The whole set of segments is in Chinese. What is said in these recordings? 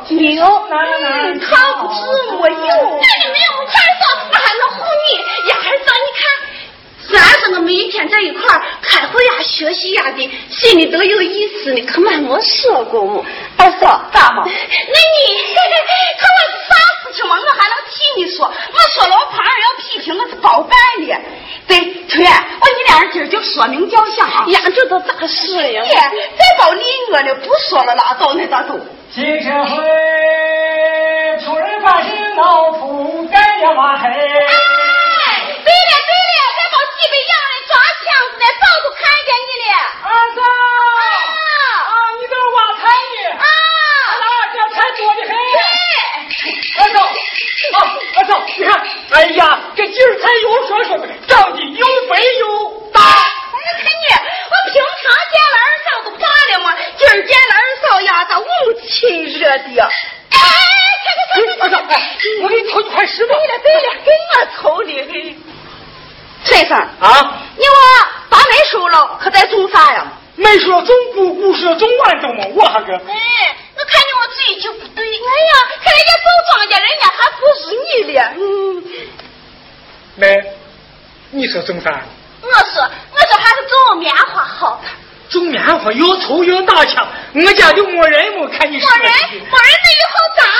有，他不是我有。 那你没有快说，我还能哄你呀？儿子，你看，咱三个每一天在一块儿开会呀、学习呀的，心里都有意思呢。可瞒我说过吗？ 二嫂，咋嘛？ 那你可我是啥事情嘛？我还能替你说？我说了，我旁人要批评，我是包办的。对，秋月，你俩人今儿就说明叫响啊！ 呀，这都咋说呀？ 再包理我了，不说了，拉倒，那咋走？ 新社会，穷人发现老铺干呀嘛嘿！ 哎，对了，再包几杯洋人抓枪子呢，早都看见你了。 二嫂，你在挖菜呢？这菜多的很。二嫂，你看，哎呀，这今儿才有说长得又肥又大。 看你，我平常见了二嫂都罢了嘛，今儿见了二嫂呀，咋无亲热的？看， 二嫂，我给你凑一块石头。 对了，给我凑的。先生啊， 你我把没收了，可在种啥呀？ 没说种谷故事种完种嘛，我还个。 我看见我嘴就不对。哎呀，看人家种庄稼，人家还不如你了。 妹，你说种啥？ 我说还是种棉花好。 种棉花又粗又大枪，我家就没人没看你说。 没人那以后咋？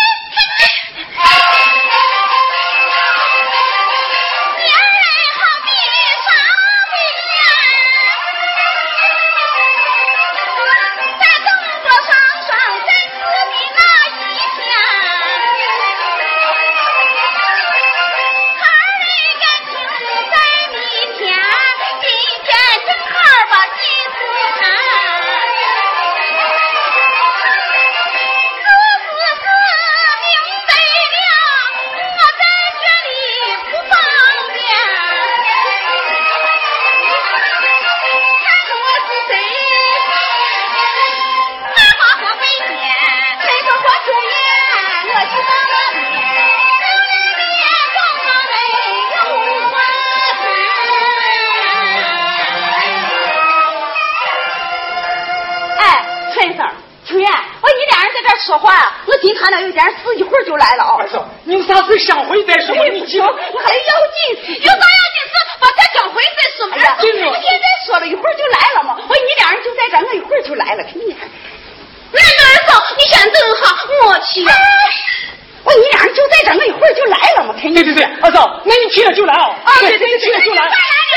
说话呀，我今他那有点事，一会儿就来了啊。 二嫂，你有啥事上回再说，你急。 我还要紧事，有啥要紧事，把他叫回再说。哎呀，我现在说了一会儿就来了嘛。你俩人就在这儿，我一会儿就来了。你看，那二嫂，你先等哈，默契。你俩人就在这儿，我一会儿就来了嘛。 对，二嫂，那你去了就来啊。对，去了就来。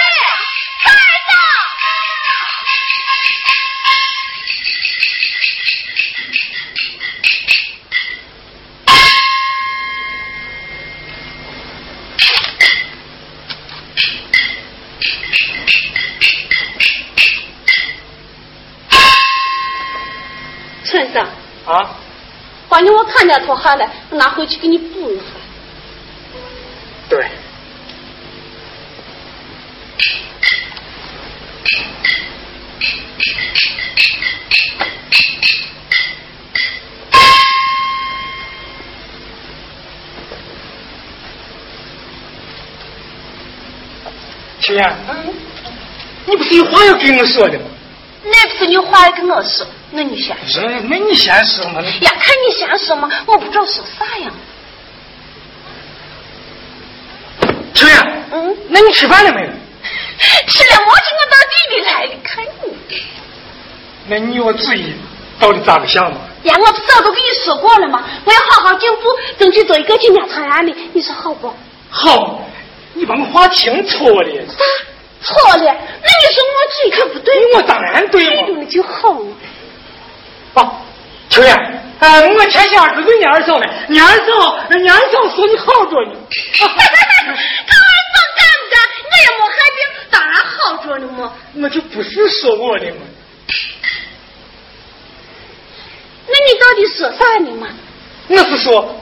陈生啊， 关键我看见头汗了，我拿回去给你补一回。 对。秋燕，你不是有话要跟我说的吗？ 那不是你话要跟我说，那你先说。 那你先说嘛。 呀，看你先说嘛，我不知道说啥呀。 秋燕，那你吃饭了没有？ 吃了，我今个到地里来了，看你。 那你有主意到底咋个想嘛？ 呀，我不早都跟你说过了吗？我要好好进步，争取做一个经验长安的，你说好不？ 好，你把我话听错了。 啥？错了？那你说我主意可不对？ 我当然对了。 对了就好了。 啊，秋燕，我前些日子对你二嫂呢，你二嫂说你好着呢。 他二嫂干不干？我也没害病，当然好着呢嘛。 那就不是说我的嘛。 那你到底说啥呢嘛？ 我是说。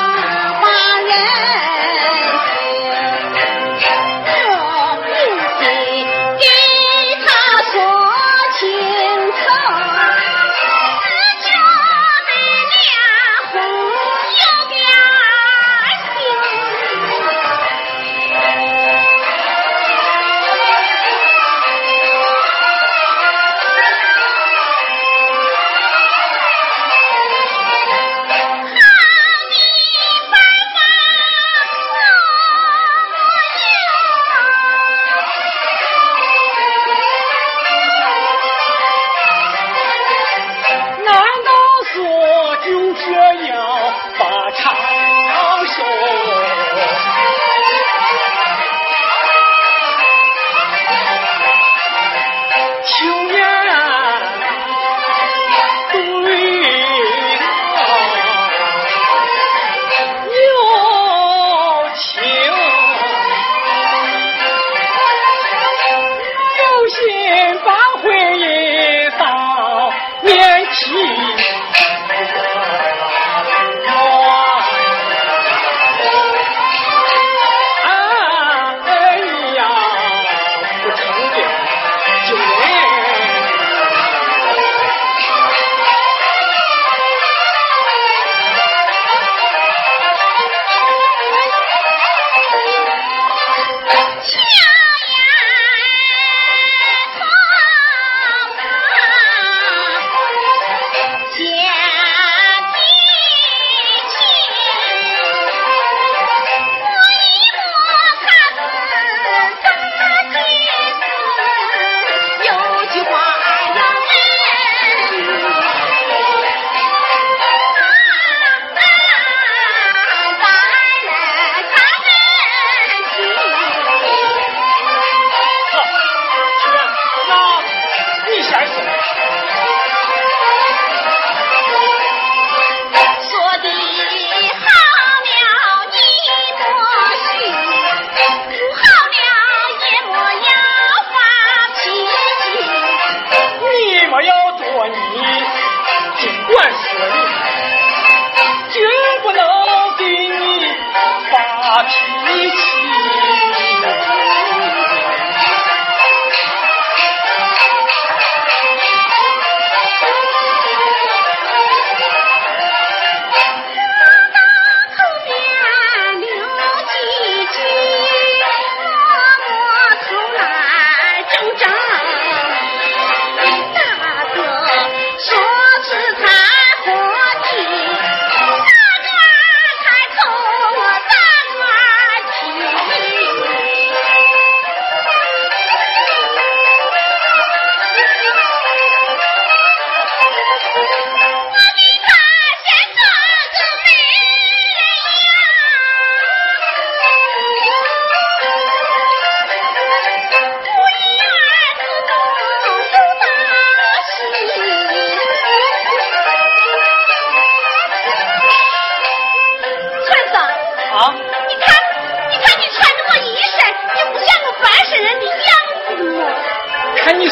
人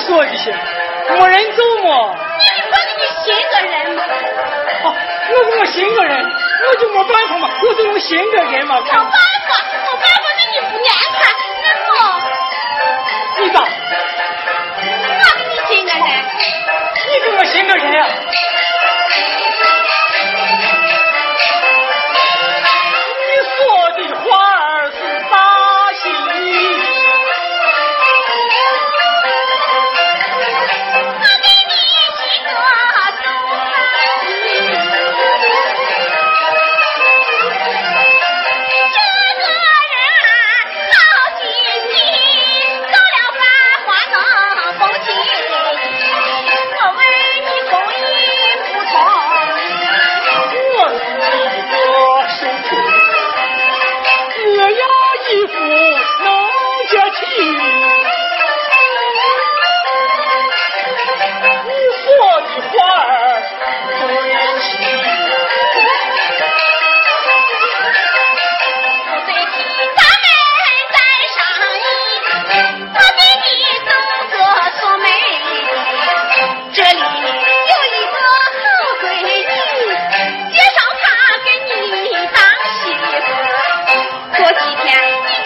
说这些，没人走嘛。 你不给你寻个人吗？ 哦，我给我寻个人，我就没办法嘛，我只能寻个人嘛。 没办法，那你不眼看，那么你咋？ 我给你寻个人。 你给我寻个人呀？你说的话儿是大喜。衣服能接气，你说的话儿对齐。 不对齐，咱们再商议，我给你走个说媒。这里有一个好闺女，介绍她给你当媳妇。过几天。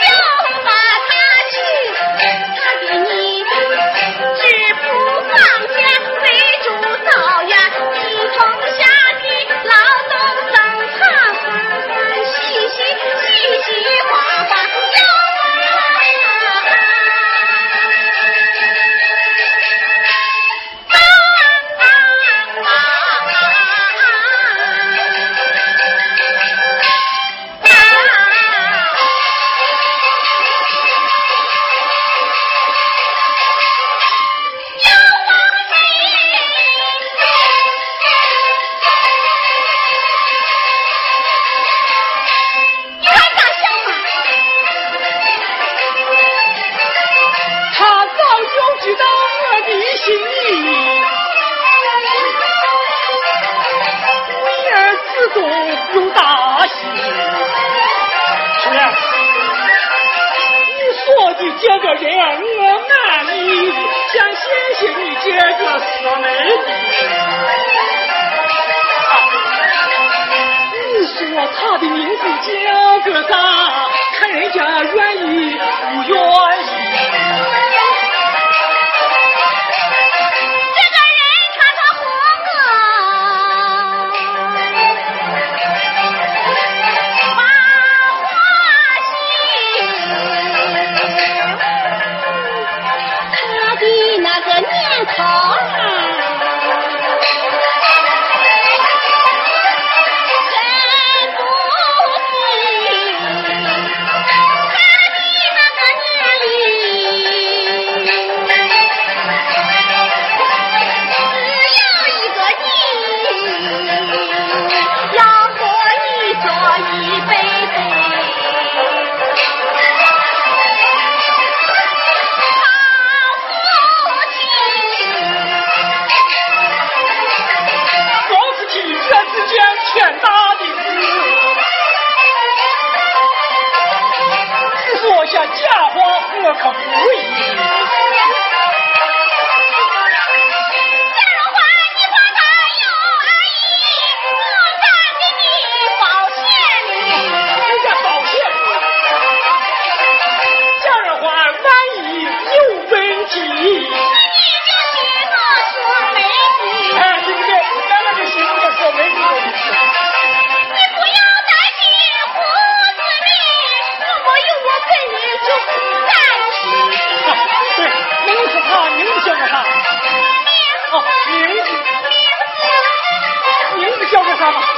有大喜，是啊，你说的这个人啊，我满意，想谢谢你这个四妹子。你说他的名字叫个啥？看人家愿意不愿意？我可不依。 假如话你怕他有阿姨，我敢给你保险。 人家保险。假如话万一有问题， 你就是个说媒子。 哎，对不对？咱们就寻个说媒子的意思。 你不要担心胡子妹，如果有我本人就不担心。 对，名字他名字叫个啥？哦，名字叫个啥嘛？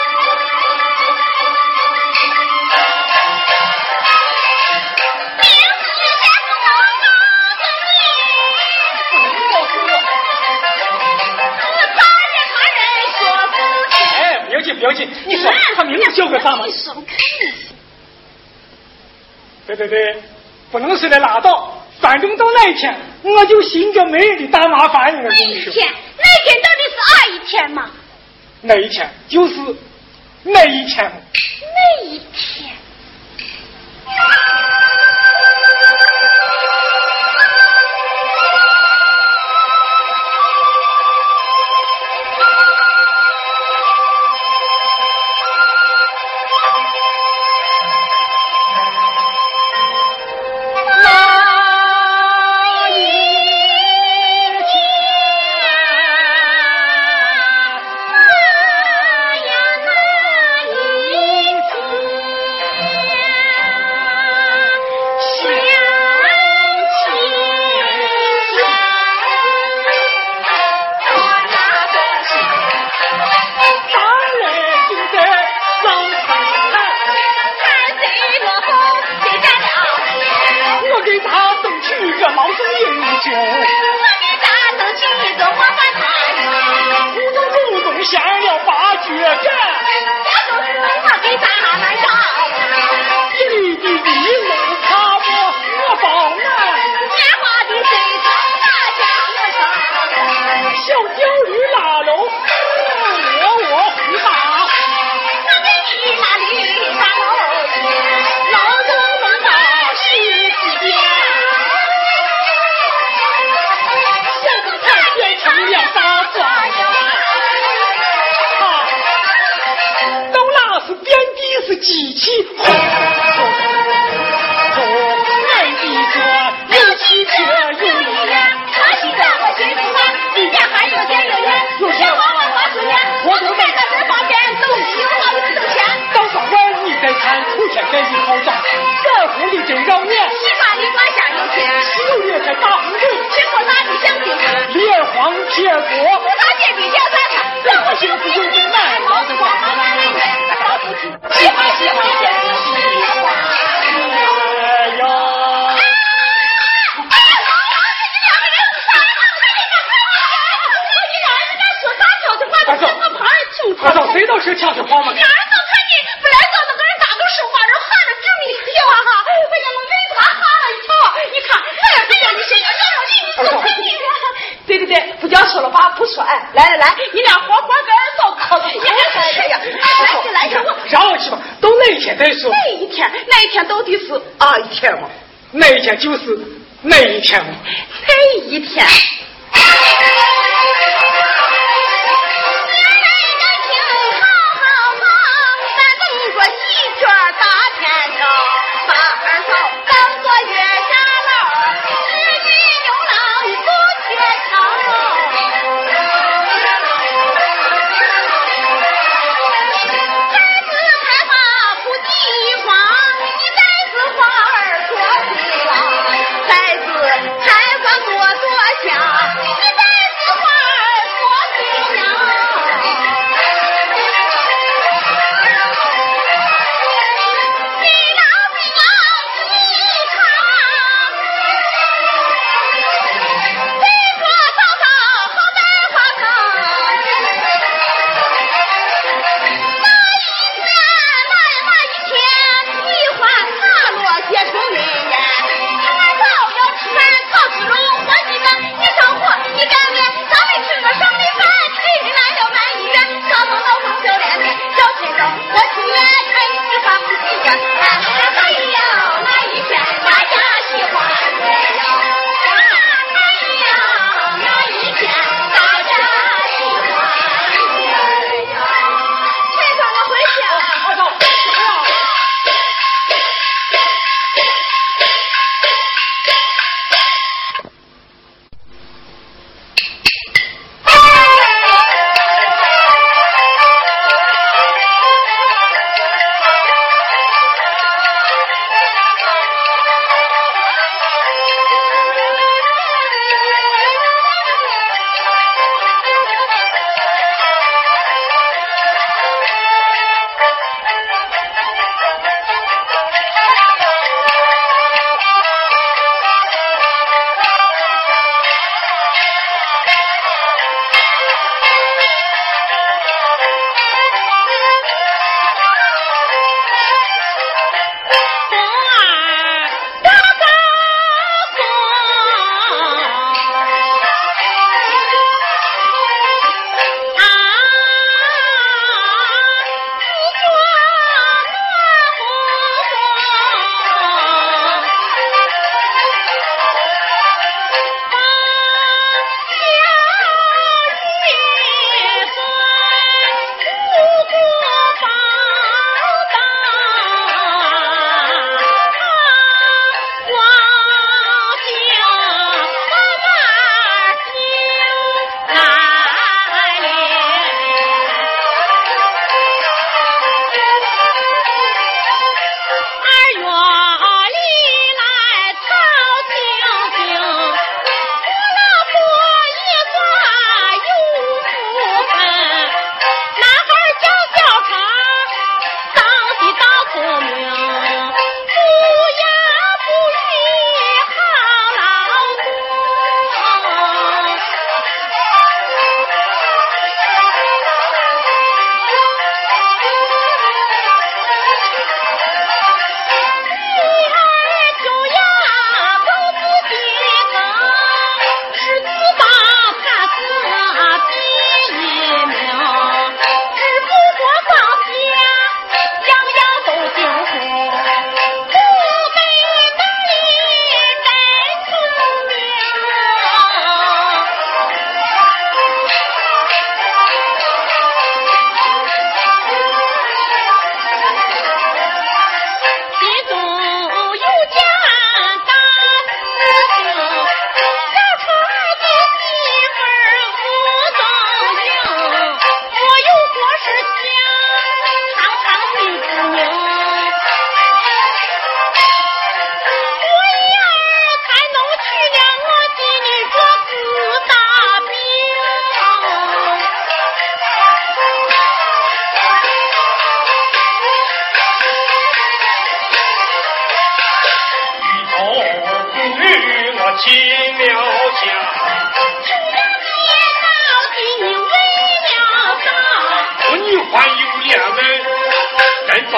名字先不告诉你，我怕人说不清。 哎，不要紧不要紧，你说他名字叫个啥嘛？ 你说我看你。 对，不能随便拉倒。反正到那一天，我就寻着没人的大麻烦。我跟你说， 那天到底是哪一天嘛？ 那一天就是那一天。 那一天。 天给你好账，在乎你真饶年。 西瓜里瓜下有天 6月开大红队， 吃过哪里想听？ 连黄铁锅， 不打借地家三， 让我幸福有真爱， 毛子光好男人，喜欢喜欢喜欢。 哎呀！二嫂，谁都是悄悄话嘛。 俩人都看你不来早那个人打个手把人喊着直迷笑哈，哎呀，我没他哈了一瞧，你看，哎呀，你谁要让我你对对对，不叫说了话不说哎，来，你俩活活给二嫂磕头，哎呀，来去我让我去吧，都那一天再说。 那一天到底是哪一天嘛？ 那一天就是那一天嘛。 哪一天？孩子还管多多想，你再次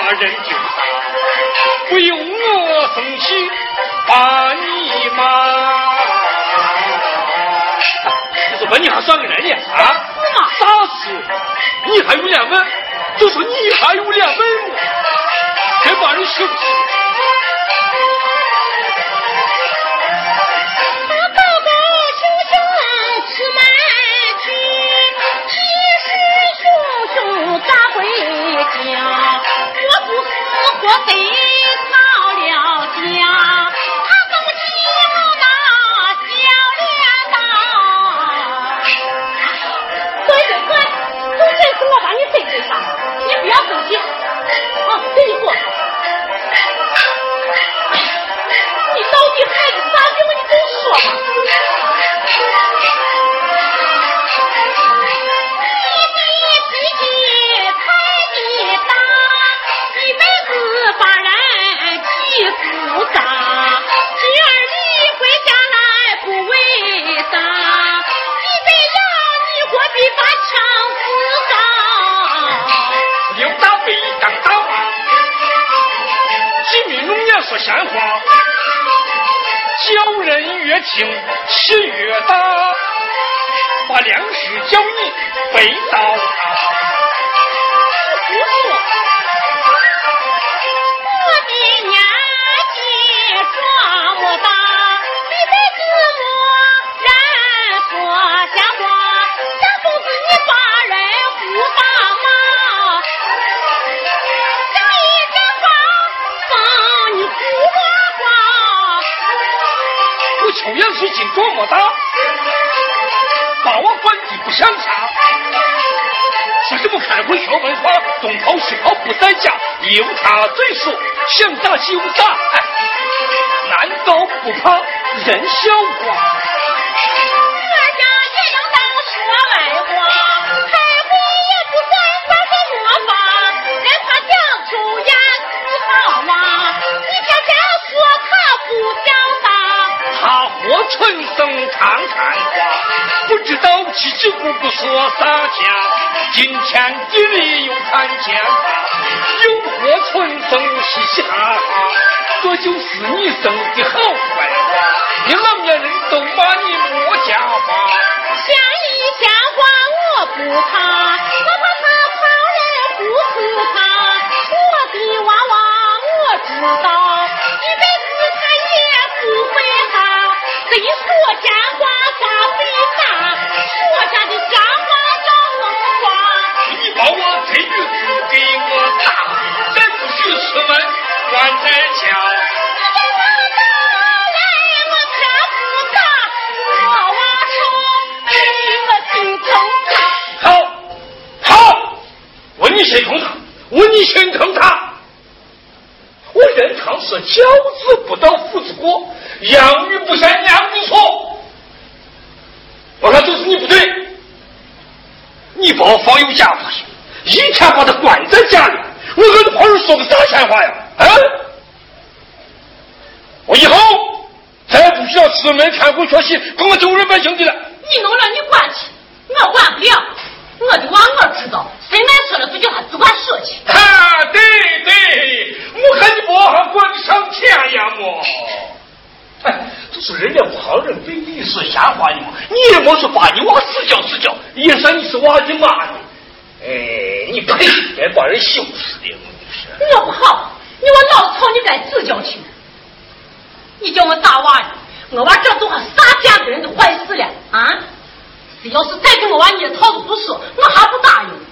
把人就杀，不用我生气把你骂。你说把你还算个人呢啊？啥事？你还有两门，就说你还有两门吗？这帮人是不是？ 我得逃了家，他总听那小脸道。对，从这次我把你背对上，你不要生气。给你过。你到底孩子咋的了？你跟我说吧。 说闲话，叫人越听气越大，把粮食叫你背到他。 胡说！我的年纪这么大，你得自我然说闲话，想不是你把人胡大骂。讲一句话，帮你胡话。 我秋阳水井这么大，把我管你不想查。说什么开会学文化，东跑西跑不在家，有他最说想打就打，难道不怕人笑话？ 二家也要当说外话，开会也不算管个魔法，人怕讲出言辞好啊，你偏偏说他不讲大， 他活春生常看话，不知道叽叽咕咕说撒家，今天地里又看见他，又活春生嘻嘻哈哈，这就是你生的好坏话，你老年人都骂你没家话。 想一想话我不怕，我怕他旁人不是他，我的娃娃我知道，一辈子他也不会好，谁说闲话发肥大，说下的瞎话要能话。 你把我这女子给我打，再不许出门关在家。问你心疼他，问你心疼他。我人常说教子不到父子过，养育不善娘子错。我说就是你不对，你把我放有家不行，一天把他关在家里，我跟他朋友说个啥闲话呀？啊！我以后再不需要出门看会学习，跟我丢人百姓的了。 你能让你管去，我管不了。我的娃我知道，谁来说了就叫他只管说去。 啊，对，我看你不还管得上天呀么？哎，就是人家旁人对你说闲话的嘛，你也没说把你娃死教，也算你是娃的妈的。哎，你配该把人羞死的， 我不好，你我老操，你该自教去。你叫我打娃呢，我娃这都还撒家的人的坏事了啊！谁要是再跟我娃捏套子不说，我还不答应。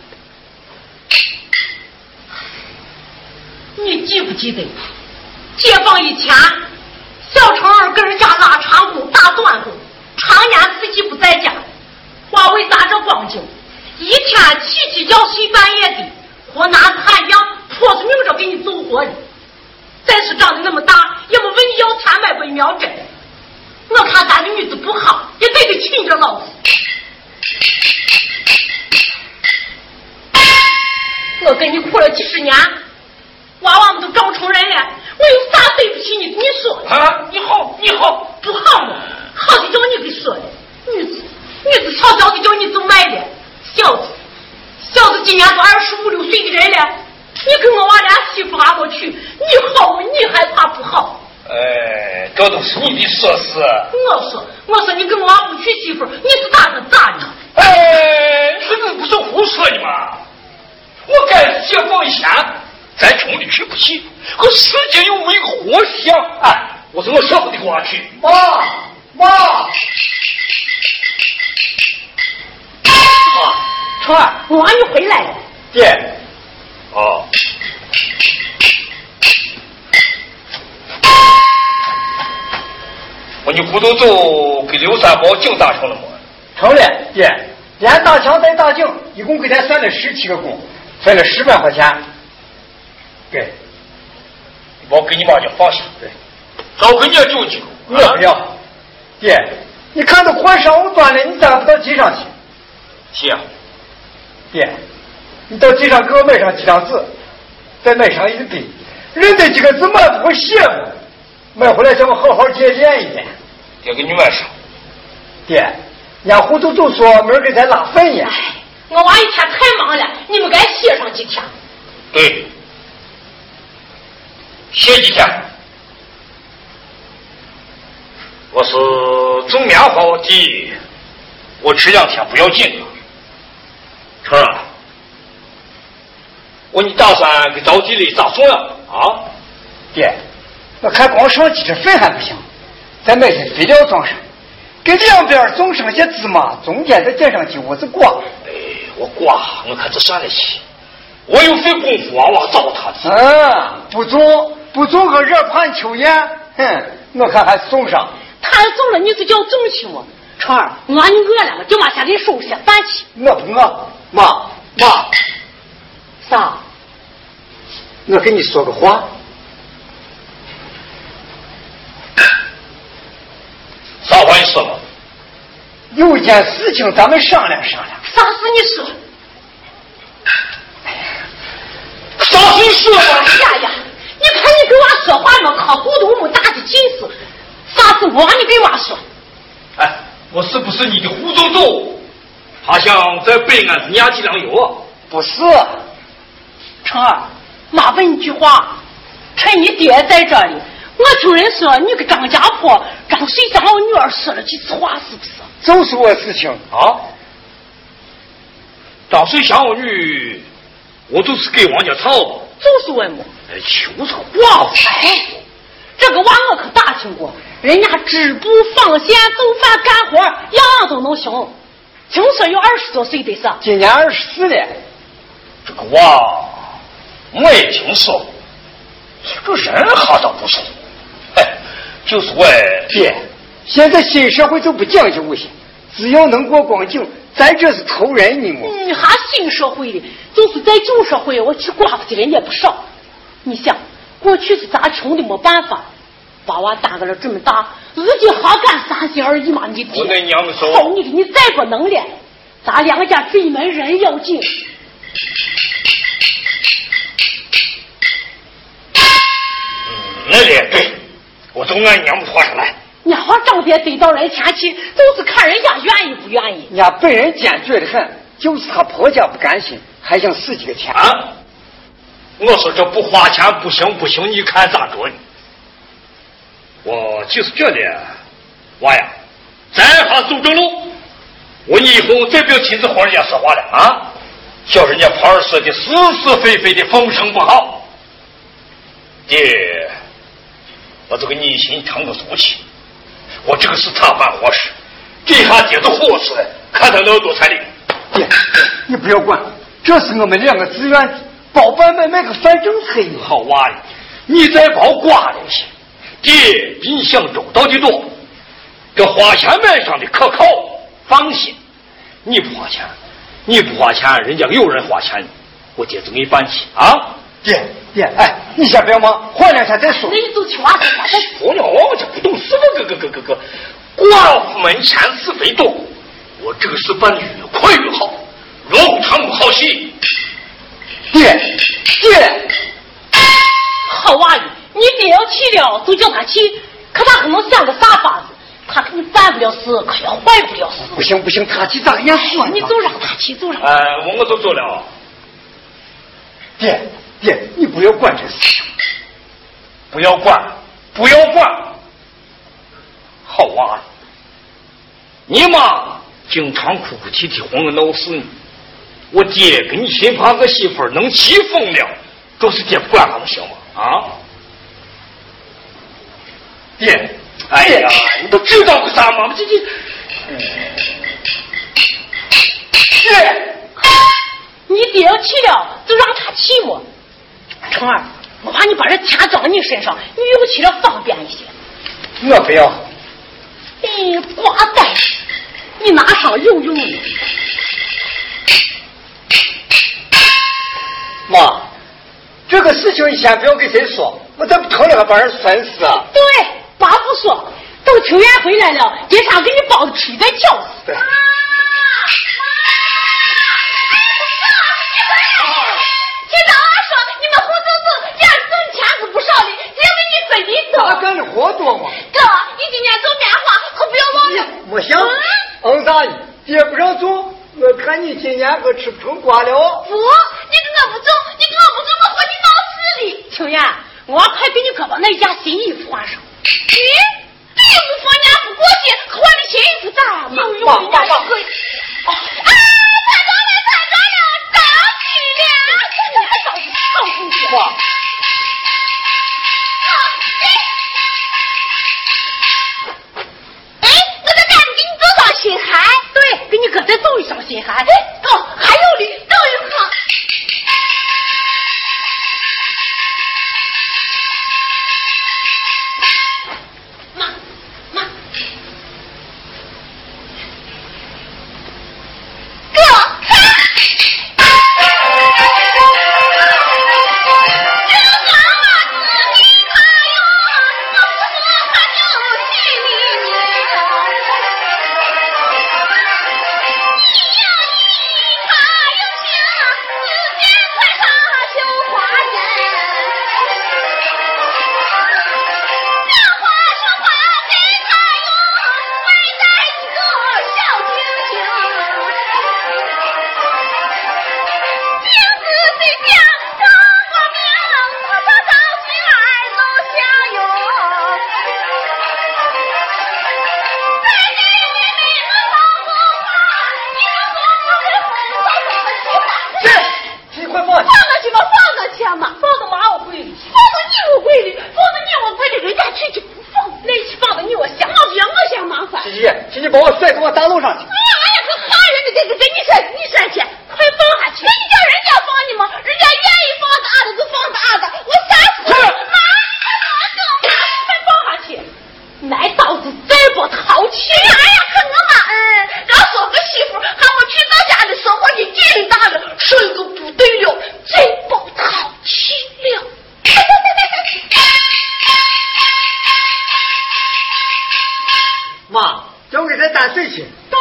你记不记得解放以前，小成儿跟人家拉长工打短工，常年自己不在家，娃为咋这光景？一天起叫睡半夜的，活拿残阳泼出命着给你走活的。再是长得那么大，也没问你要钱买过一苗针。我看咱的女子不好，也得亲着老子。我跟你苦了几十年，娃娃们都长成人了，我有啥对不起你？你说啊？你好， 不好吗？好的叫你给说的，女子小小的叫你走卖的，小子今年都25、26岁的人了，你跟我娃俩媳妇夫俺我去，你好吗？你还怕不好？ 这都是你的设施。 我说你跟我不娶媳妇，你是打算咋呢？ 你不是胡说的吗？我该结婚前再穷的娶不起，可世界有为活想。我说我舍不得跟我去。妈， 春儿，我你回来了。 爹。你胡豆豆给刘三宝净打成了吗？ 成了，爹，连大枪带大井，一共给他算了17个工，分了10万块钱。对， 我给你妈就放下。对，早跟你也就几个。 我不要。爹，你看到货上午端了，你咋不到集上去？ 行。 爹，你到集上给我买上几张纸，再买上一堆，认得几个字嘛不写嘛，买回来叫我好好检验一遍。 爹给你买上。 爹，人家胡豆豆说明儿给咱拉粪呀。 我娃一天太忙了，你们该歇上几天。 对，歇几天。我是种棉花地，我吃2天不要紧的。成啊，你打算给着地里咋种呀？ 爹，我看光上几只粪还不行，再买些肥料装上，给两边种上些芝麻，中间再垫上几屋子瓜。 我瓜我看这算得起，我有费功夫我糟蹋的。 不种个热盘秋叶，我看还送上。 他要走了，你就叫种去我。春儿，我你饿了，我就往下给你收些饭去。 我不饿，妈， 啥？ 我跟你说个话。 啥话你说嘛？ 有一件事情咱们商量商量。 啥事你说？ 啥事你说嘛？ 呀，你看你跟娃说话嘛，靠糊涂木大的近视。啥事我你跟娃说？ 我是不是你的胡豆豆？他想在北安子压几两油啊？ 不是， 成儿，妈问你句话，趁你爹在这里，我听人说你跟张家坡张水祥我女儿说了几次话，是不是？ 就是我事情啊。 张水祥我女，我就是给王家操吧。 就是问我。 就是寡妇。 这个娃我可打听过，人家织布、纺线、做饭、干活，样样都能行。听说有20多岁的是。 今年24了。 这个娃我也听说，这个人好倒不错。就是我爹，现在新社会就不讲究这些，只要能过光景，咱这是头人你么？ 还新社会的，就是在旧社会，我娶寡妇的人也不少。你想，过去是咱穷的没办法，把娃打个了这么大，日记好干3心2意嘛，你爹。 我跟娘们说， 好你给你再不能了，咱2家这一门人要紧。 那也对，我都按娘们话上来。 娘话张爹得到人前去，都是看人家愿意不愿意。 人家本人坚决的很，就是他婆家不甘心，还想使几个钱。 我说这不花钱不行，你看咋着呢？我就是觉得，娃呀，咱还走正路，我以后再不要亲自和人家说话了叫人家旁儿说的是是非非的，风声不好。爹，我就给你心疼个足气，我这个是他办活事，这下爹都活出来，看他能有多彩礼。 爹，你不要管，这是我们2个自愿的，包办买个反正可以。 好娃呀，你再包挂东西，爹比你想周到的多，这花钱买上的可靠，放心。你不花钱，人家有人花钱，我爹就给你办起啊。 爹，你先不要忙，换2天再说。 那你就听娃说话，再说呢，我这不懂什么个，寡妇门前是非多，我这个是办越快越好，龙场不好戏。 爹， 好娃子，你爹要去了，就叫他去，可他可能想个啥法子，他给你办不了事，可也坏不了事。 不行，他去咋个样说？ 你就让他去，就让他。 我就走了。 爹， 爹，你不要管这事， 不要管，不要管。好娃，你妈经常哭哭啼啼，哄我闹死你。我爹跟你新胖子媳妇能气疯了，都是爹不管他们行吗？啊？ 爹， 哎呀，你都知道个啥吗？这爹， 你爹要气了，就让他气我。成儿，我怕你把这钱装你身上，你有气了方便一些。 我不要。 瓜蛋，你哪上有用呢？ 妈，这个事情你先不要跟谁说，我再不成了还把人酸死啊！ 对，爸不说，等秋元回来了，爹上给你包的吃再叫死。 对。 咋干的活多吗？ 哥，你今年做棉花可不要忘了。 没想，啥呢？爹不让做，我看你今年可吃不成瓜了。 不，你跟我不走，你跟我不走，我和你闹死里。 秋元，我快给你哥把那件新衣服换上。 这衣服放年不过去，换的新衣服咋样嘛？ 有人家是可以。 太高了，着急了。 妈。 新鞋， 对，给你哥再走一双新鞋。 哎，哦，还有哩，等一会儿。 妈， 哥。 姐姐把我甩到大路上去。 哎呀，可吓人的，这个给你闪去，快放下去！那你叫人家放你吗？人家愿意放大的就放大的，我吓死了！妈， 快放下去！来刀子再不淘气！ 哎呀，可我妈让做个媳妇，喊我去到家的生活你劲大了，说一个不对了，再不淘气了。 妈，交给他打水去。 对。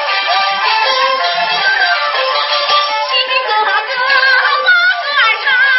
个个花个儿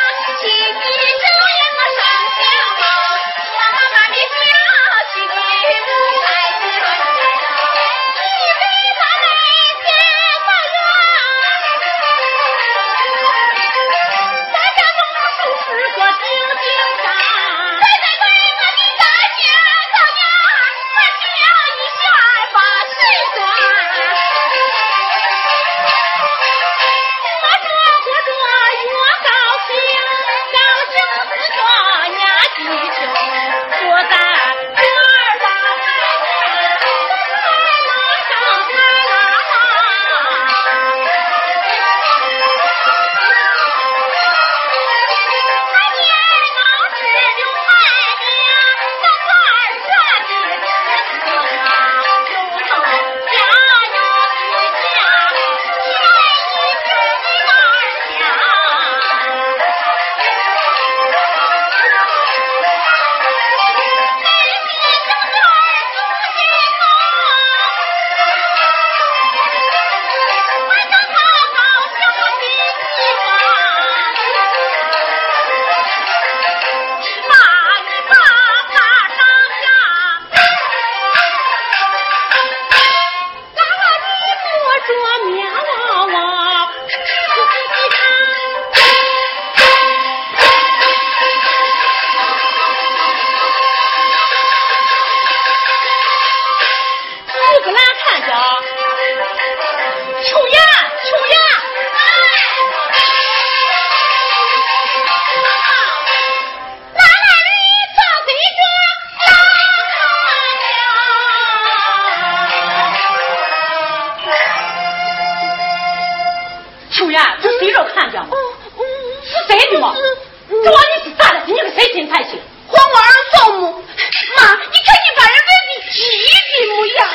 然，这谁着看见吗？是谁的吗？这玩意是咋的？你个谁心才行？ 还我儿嫂母，妈，你看你把人给你急的模样。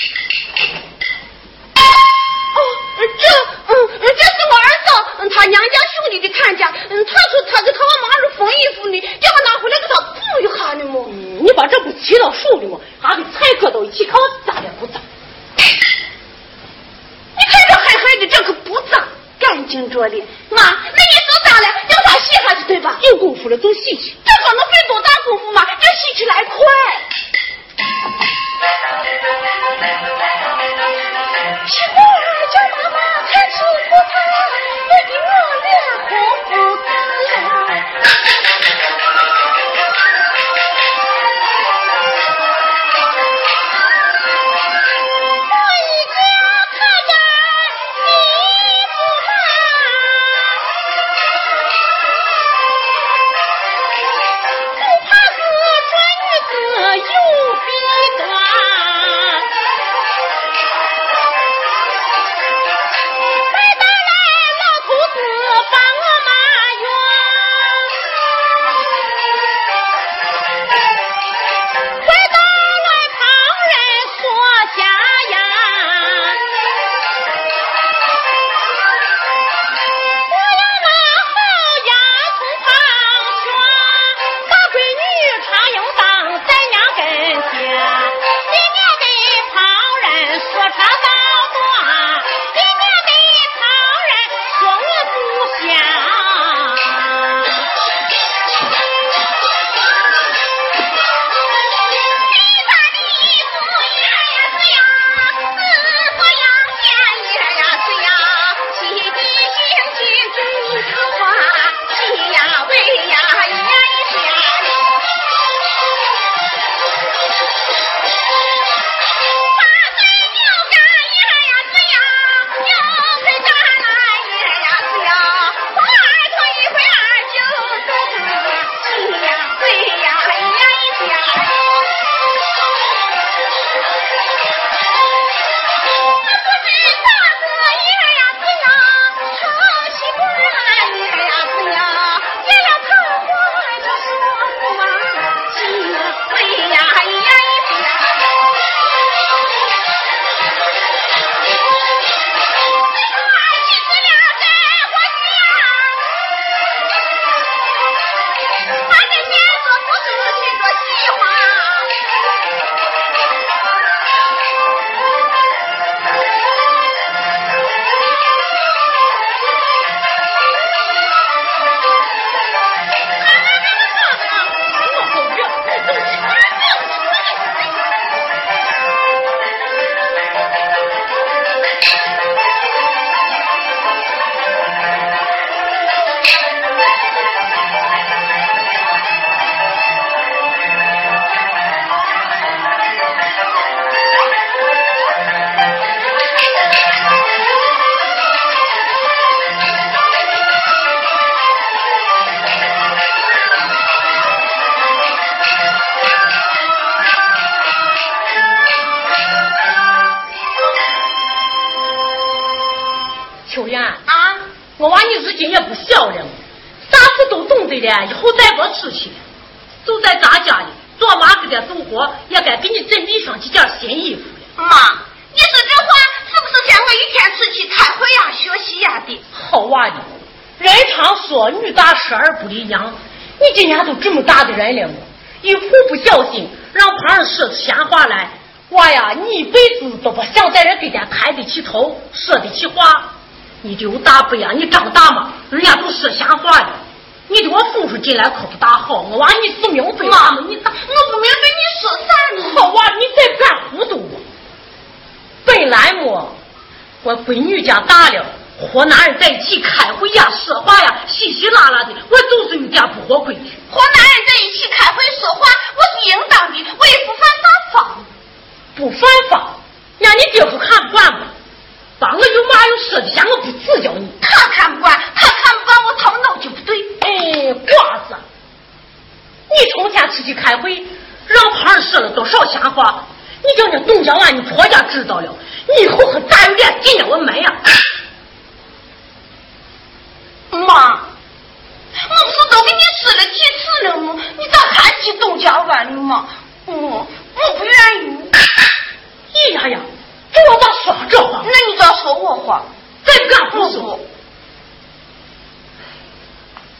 这是我儿嫂，他娘家兄弟的看家，他说他给他妈是缝衣服呢，叫我拿回来给他补一下呢么？ 你把这不提到手里吗？还给菜搁到一起烤，咋的不脏？ 你看这黑黑的，这可不脏，干净着的。妈，那你手脏了，叫他洗下去对吧？ 有功夫了就洗去。 这可能费多大功夫嘛？这洗起来快。媳妇儿叫妈妈看出不他，别给我脸红不子呀。 以后再别出去，就在咱家里做妈给点走活，也该给你准备上几件新衣服了。 妈，你说这话是不是想我一天出去开会呀、学习呀的？ 好娃的，人常说女大十而不离娘，你今年都这么大的人了，一步不小心让旁人说出闲话来，娃呀，你一辈子都不想在人跟前抬得起头，说得起话。你就大不呀？你长大嘛，人家都说闲话的。你给我父亲进来可不大好，我娃你是明白妈，你咋？我不明白你说啥呢？ 好娃，你再干糊涂。本来么，我闺女家大了，和男人在一起开会呀、说话呀，稀稀拉拉的，我就是有点不合规矩。 和男人在一起开会说话，我是应当的，我也不犯啥法。 不犯法？让你爹不看不惯吧？把我有妈有说的嫌我不赐教你。 他看不惯，他看不惯我头脑就不对。 哎，瓜子，你成天出去开会，让旁人说了多少闲话？你叫那东江湾你婆家知道了，你以后可咋有点进了我门呀？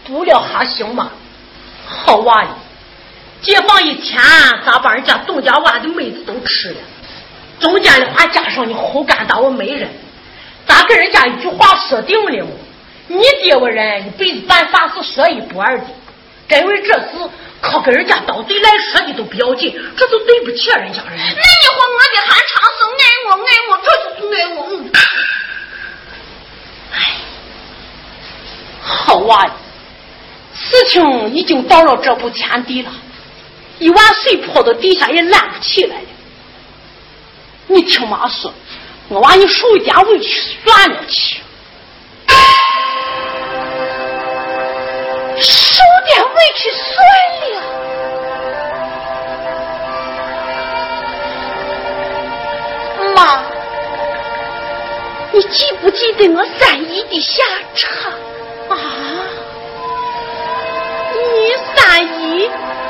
不了还行吗？好娃哩，解放一天，咋把人家董家娃的妹子都吃了？中间的话加上你后干打我没人，咋跟人家一句话说定了吗？你爹我人一辈子办啥事说一不二的，因为这事靠跟人家到嘴来说的都不要紧，这都对不起人家人。那你和我的还常是爱我，这就是爱我。 哎，好娃呀，事情已经到了这步田地了，一碗水泼到地下也烂不起来了。你听妈说，我娃你受一点委屈算了去。 受点委屈算了。妈，你记不记得我3姨的下场啊？你3姨？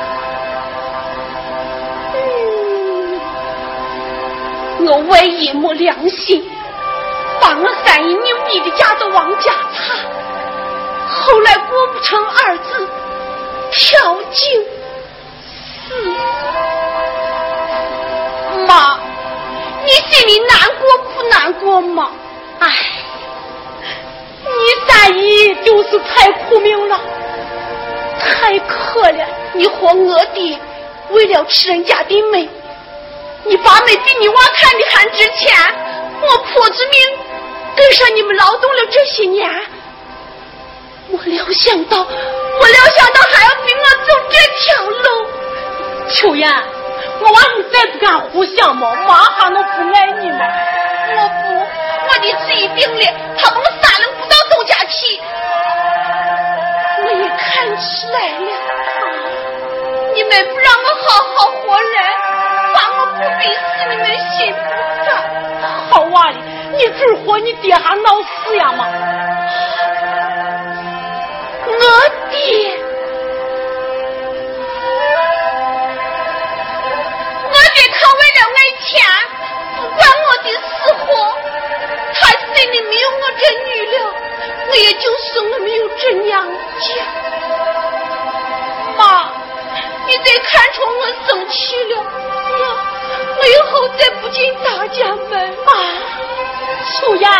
我唯一没良心，把我3姨牛逼的家都往家擦，后来过不成2字，跳井死。妈，你心里难过不难过吗？ 哎，你3姨就是太苦命了， 太可怜。你和我爹为了吃人家的妹，你把妹比你娃看的还值钱，我婆子命跟上你们劳动了这些年，我料想到还要逼我走这条路。 秋妍，我娃你再不敢胡想吗？妈还能不爱你吗？ 我不，我的子一病了，他把我3轮不到董家去，我也看起来了。你们不让我好好活人，把我不逼死，你们心不甘。 好娃哩，你准活你爹还闹死呀吗？ 我爹他为了爱钱，不管我的死活，他心里没有我这女了，我也就生了没有这娘家。妈，你再看出我生气了，我以后再不进大家门。 妈，秋妍，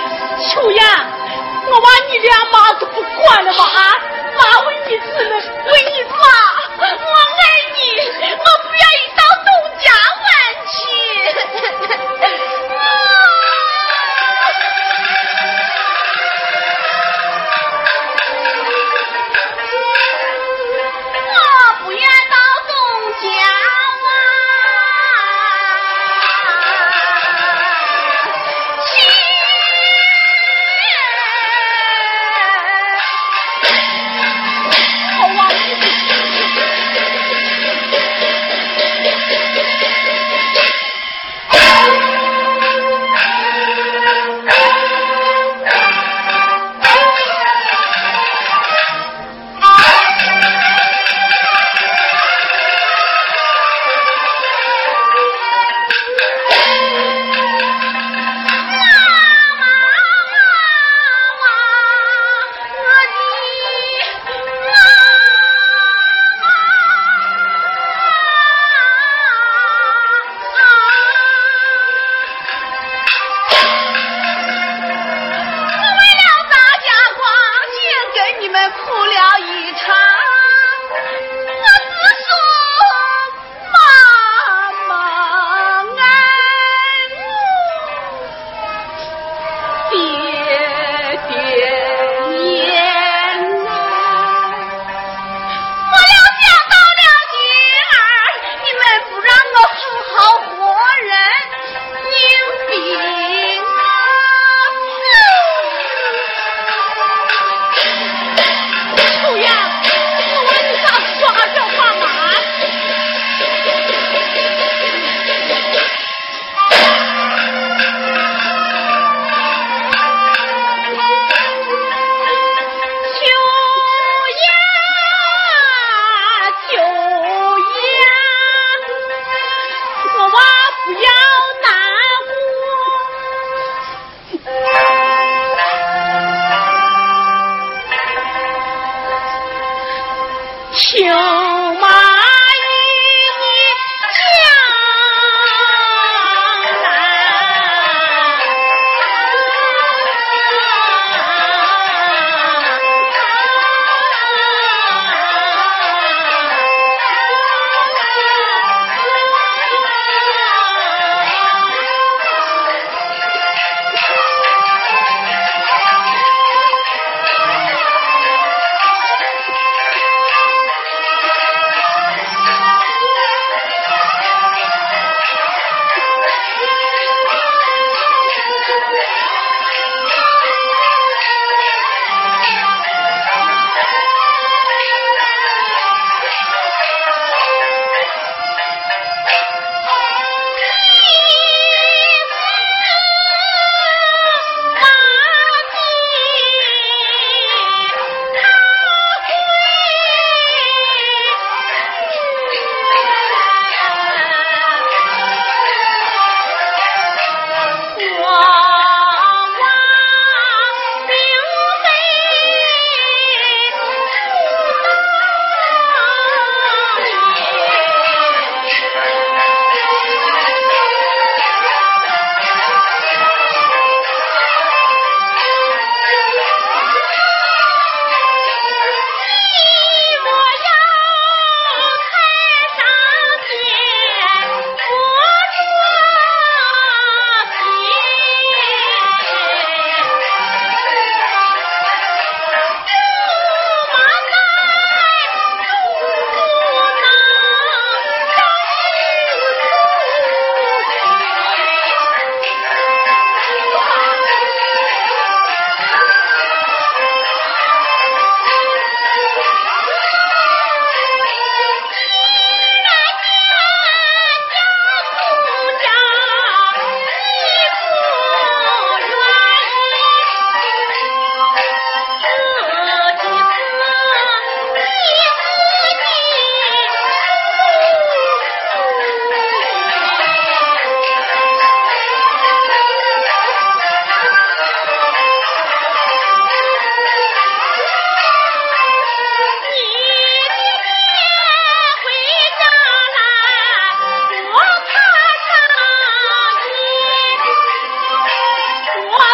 我把你连妈都不管了吗？啊，妈为你死了，为你妈，我爱你，我不愿意到董家湾去。我不愿到董家湾去。 好啊。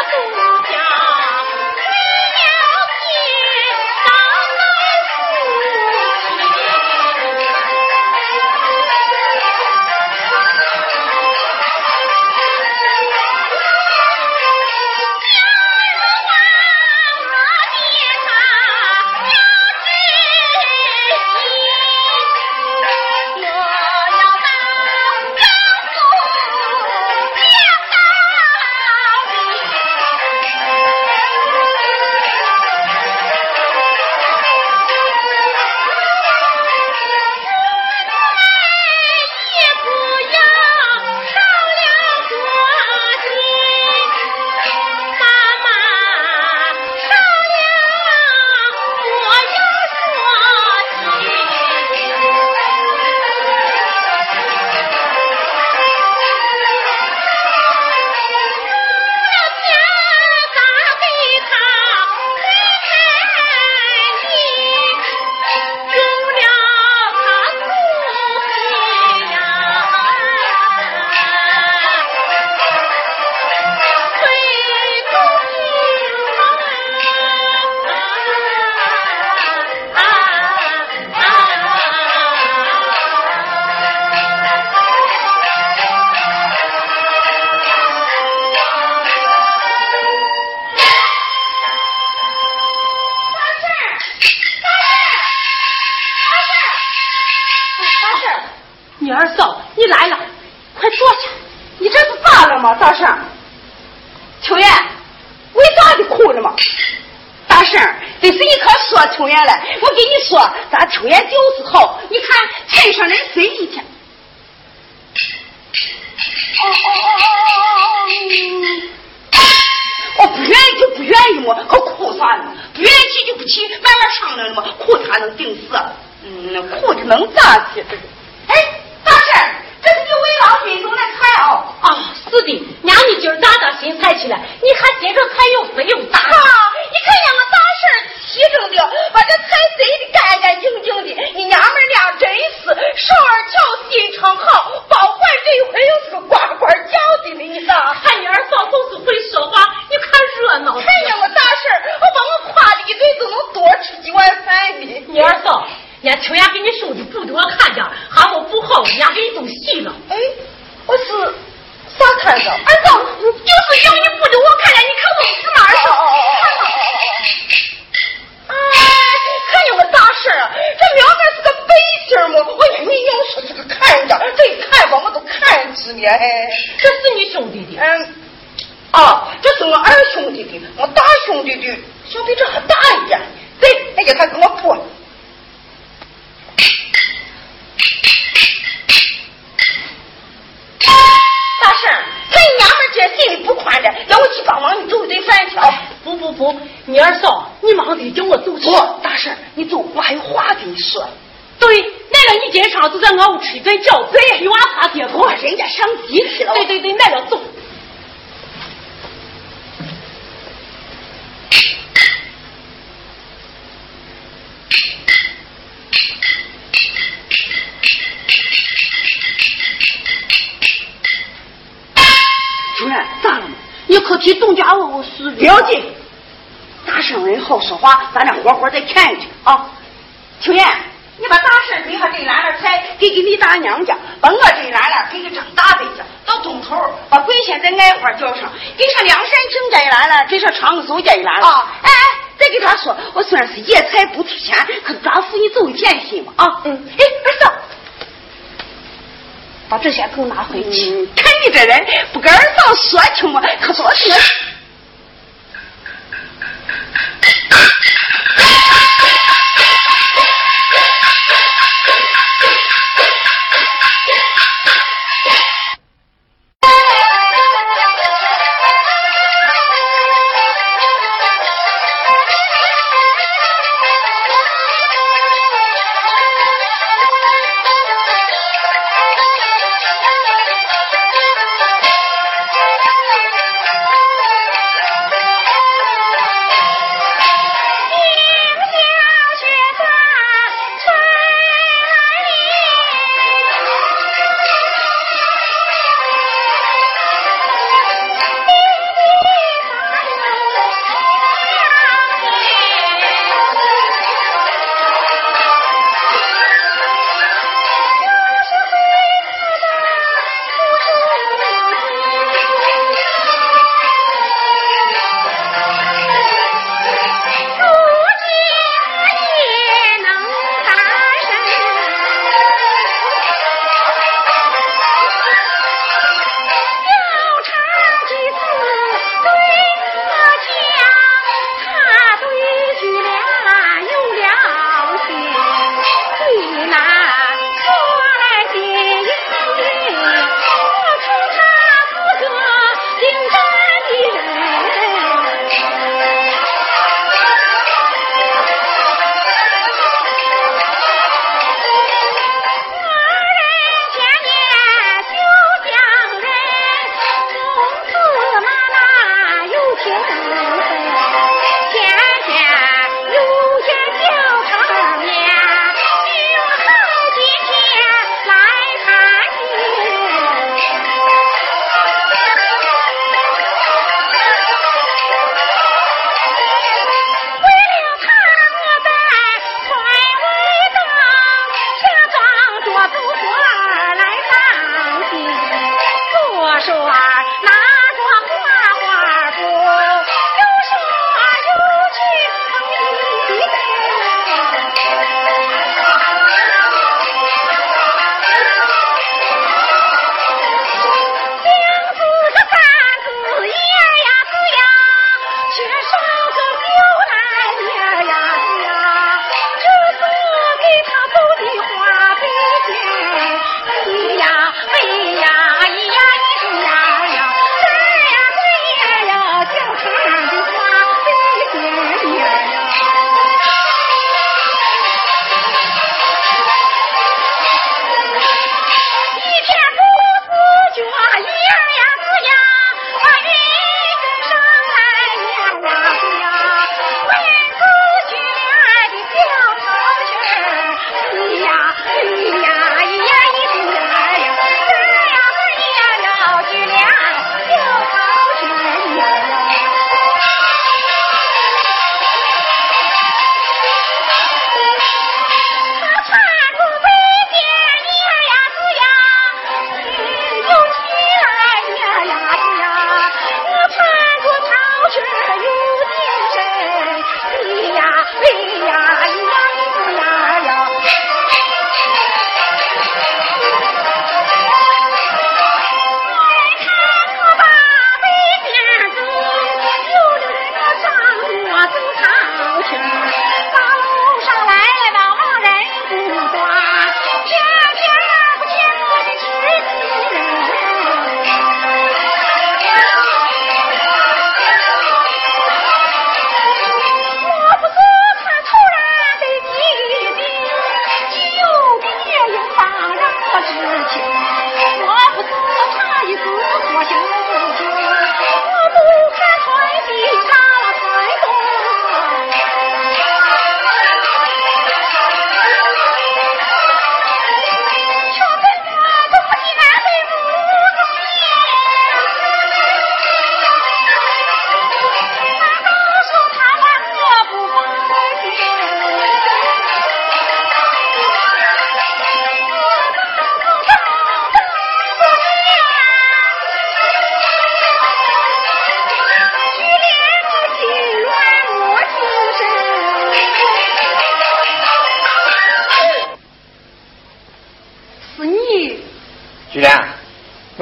你二嫂，你来了，快坐下。 你这是咋了吗？大婶，秋燕，为啥你哭了吗？大婶，这是你可说秋燕了。我跟你说，咱秋燕就是好。你看天上人谁一天？我不愿意就不愿意嘛，可哭啥呢？不愿意提就不提，慢慢商量了嘛，哭他能顶死？哭的能咋去？哎，大婶，这是你为老军中的菜哦。 啊，是的，娘你今儿大新菜起来，你看这个菜又肥又大。 你看两个大婶齐整的，把这菜塞得干干净净的。你娘们俩真是手儿巧心肠好，保管这回又是个呱呱叫的呢。你咋？ 看你二嫂总是会说话，你看热闹。 看两个大婶，我把我夸的一顿都能多吃几碗饭呢。 你二嫂，人家秋雅给你收的不多看着，喊我不好，人家给你都洗了。 哎，我是啥看着？二嫂，就是要你不给我看着，你看我是哪儿上？看你们大婶啊，这两边是个背心嘛，我以为你要说是个看着，这一看吧，我都看直了。哎， 这是你兄弟的？ 这是我二兄弟的，我大兄弟的，小比这还大一点。对，那个他跟我破。大婶，看你娘们这心里不宽的，让我去帮忙你做一顿饭去。 不，你二嫂，你忙得叫我走去。 大婶，你走，我还有话跟你说。 对，那个你今上就在俺屋吃一顿饺子，鱼娃茶铁锅， 人家上集体了。 对，那了走。 主任，咋了吗？ 你可替东家我是不要紧，大婶人好说话，咱俩活再看去啊。秋燕，你把大婶给他这篮篮菜给你大娘家，把我这篮篮给张大伯家，到东头把桂仙在爱花叫上，给上梁山庆家一篮篮，给上长寿家一篮篮。哎，再给他说，我虽然是野菜不提钱，可是咱付你走一点心嘛啊。哎，二嫂。把这些给我拿回去。看你这人不跟二嫂说清嘛，可说是。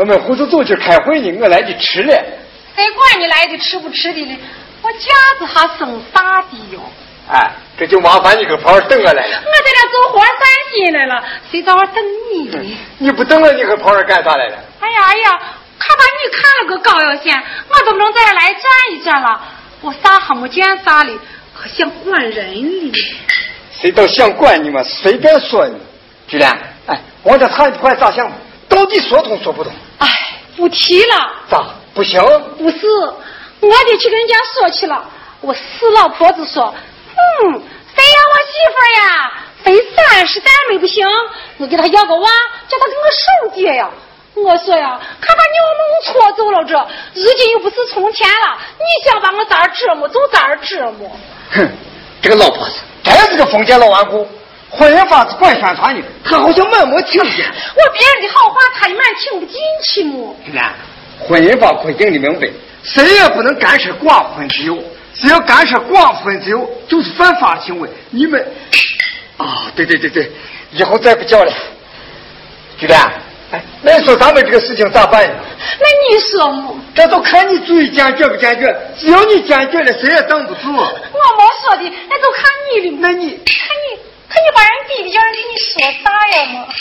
我们胡子走去开会呢，我来的迟了。 谁管你来的吃不吃的呢？我架子还剩啥的哟？ 哎，这就麻烦你个跑等我来了。 我在这走活散心来了，谁找我等你呢？ 你不等我，你可跑这干啥来了？ 哎呀，看把你看了个高腰线，我都不能在这来站一站了。我啥还没见啥哩，可想管人哩。 谁都想管你们，随便说你。菊莲，哎，往这谈一块咋想？到底说通说不通？ 哎，不提了。 咋不行？ 不是，我得去跟人家说去了。我死老婆子说，谁要我媳妇呀？非30单没不行，我给他要个娃，叫他给我守节呀。我说呀，看把牛弄错走了这，如今又不是从前了，你想把我咋折磨就咋折磨。 哼，这个老婆子真是个封建老顽固，婚姻法是管宣传的，他好像满没听见。 我别人的好话他也蛮听不进去么？ 婚姻法规定的明白，谁也不能干涉寡妇自由，只要干涉寡妇自由就是犯法行为。你们啊，对，以后再不叫了。菊莲，哎，那你说咱们这个事情咋办呢？ 那你说么？ 这都看你注意坚决不坚决，只要你坚决了，谁也挡不住。 我没说的，那都看你的。 那你看你把人弟弟叫人给你说啥呀嘛？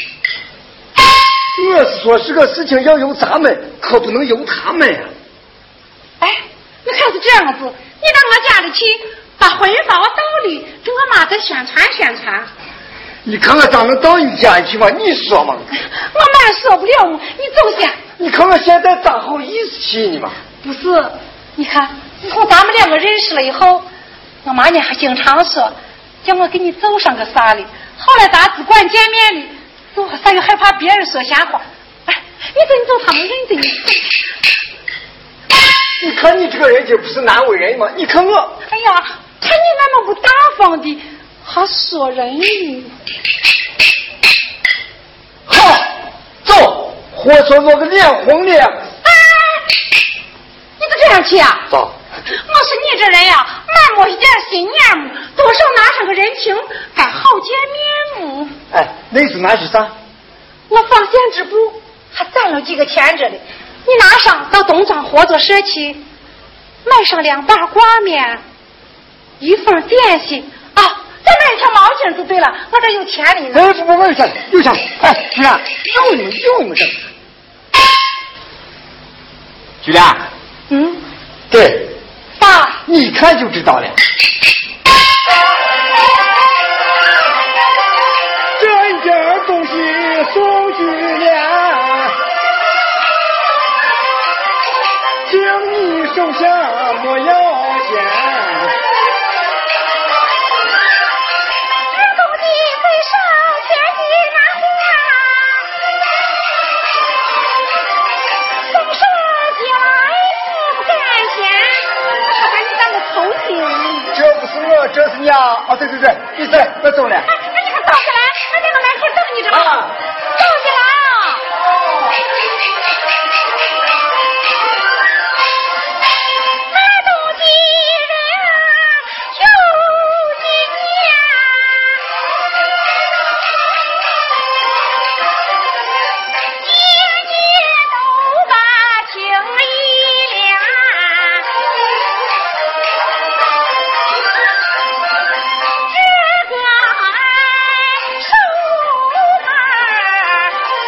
我是说这个事情要由咱们，可不能由他们呀。 哎，那看是这样子，你到我家里去，把婚姻法我道理跟我妈再宣传。 你看看咋能到你家里去嘛？你说嘛？ 我妈说不了，你走先。 你看看现在咋好意思去你嘛？ 不是，你看自从咱们2个认识了以后，我妈呢还经常说叫我给你走上个啥哩。后来咱只管见面哩，我啥又害怕别人说瞎话。哎，你走，他们认得你。 你看你这个人就不是难为人嘛？你看我， 哎呀，看你那么不大方的，还说人呢。 好，走，活说落个脸红的。 哎，你咋这样去啊？ 走。 我说你这人呀，满摸一点心眼目，多少拿上个人情，该好见面目。 哎，那是拿是啥？ 我放闲之补，还攒了几个钱着哩。你拿上到东庄合作社去，买上2把挂面，1份点心啊，再买一条毛巾就对了。我这有钱哩呢。 哎，不，有钱。哎，菊莲，有你们这。菊莲。对。 爸， 你一看就知道了。这一件东西送菊莲，请你手下莫要闲。 这公鸡飞上天际拿花，送上家也不敢嫌。他把你当个偷听。 这不是我，这是你啊！哦，对，你在，我走了。 哎，你可走起来，我在我门口等你着。走起来啊！那东西人有几年，年都把情意连。这个爱手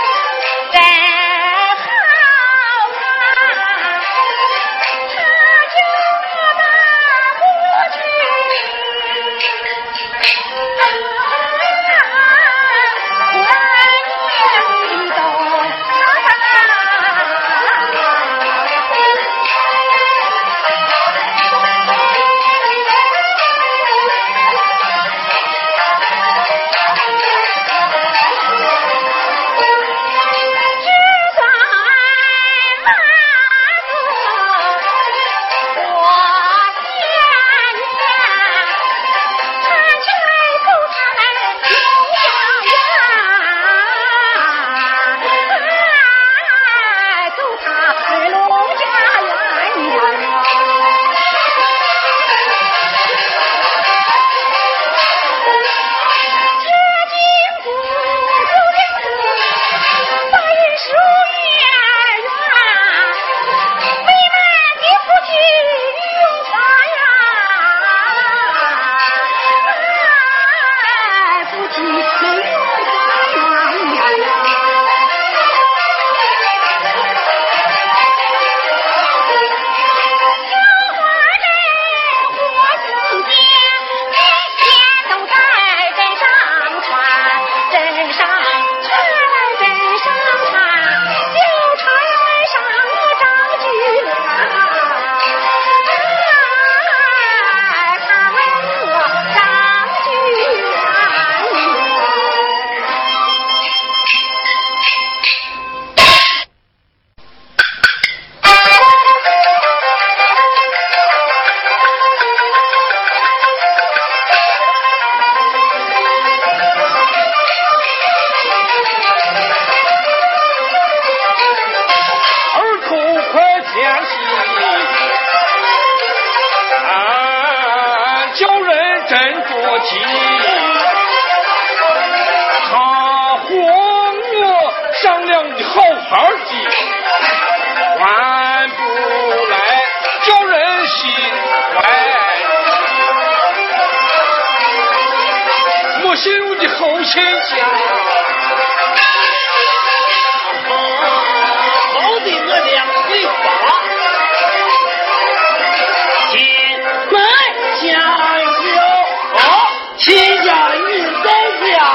叫人真着急。他和我商量的好好的，换不来叫人心怀。我陷入的后陷阱， 好的我两腿发，进门下酒，亲家你在家。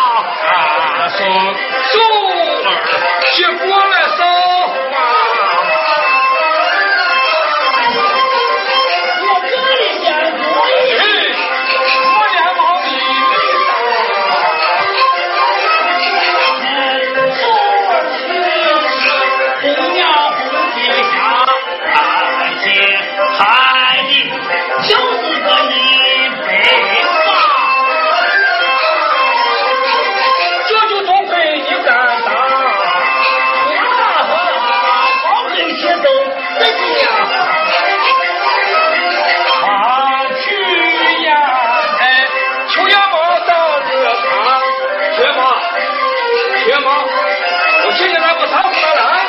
手儿接过来手我这里先坐一我连忙一红娘红地下，看见海里就是个一杯吧。 这就多亏你干大， 好黑些都这些呀。 他去呀，秋阳毛到热汤，学妈，我现在来不上不来。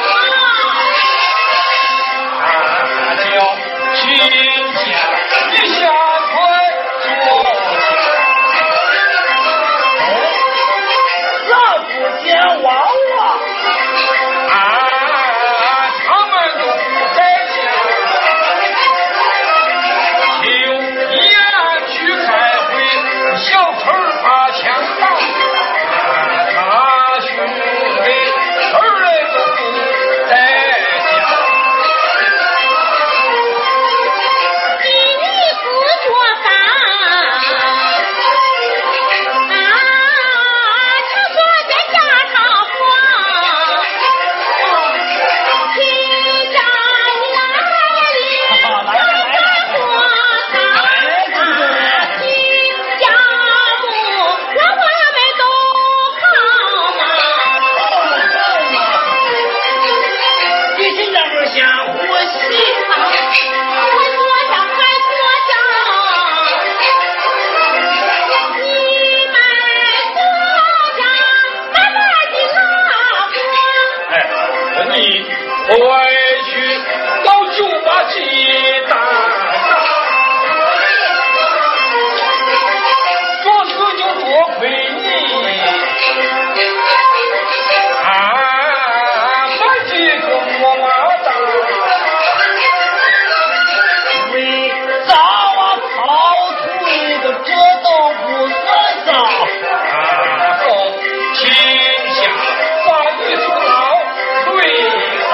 亲家，你下快坐那不见娃娃， 他们都不在家，就一案去开会，小偷把枪打，他兄弟儿来都不在家。回去到酒吧鸡蛋做事就多亏你把几个我妈打为啥我操腿的这都不算啥亲下把你出牢对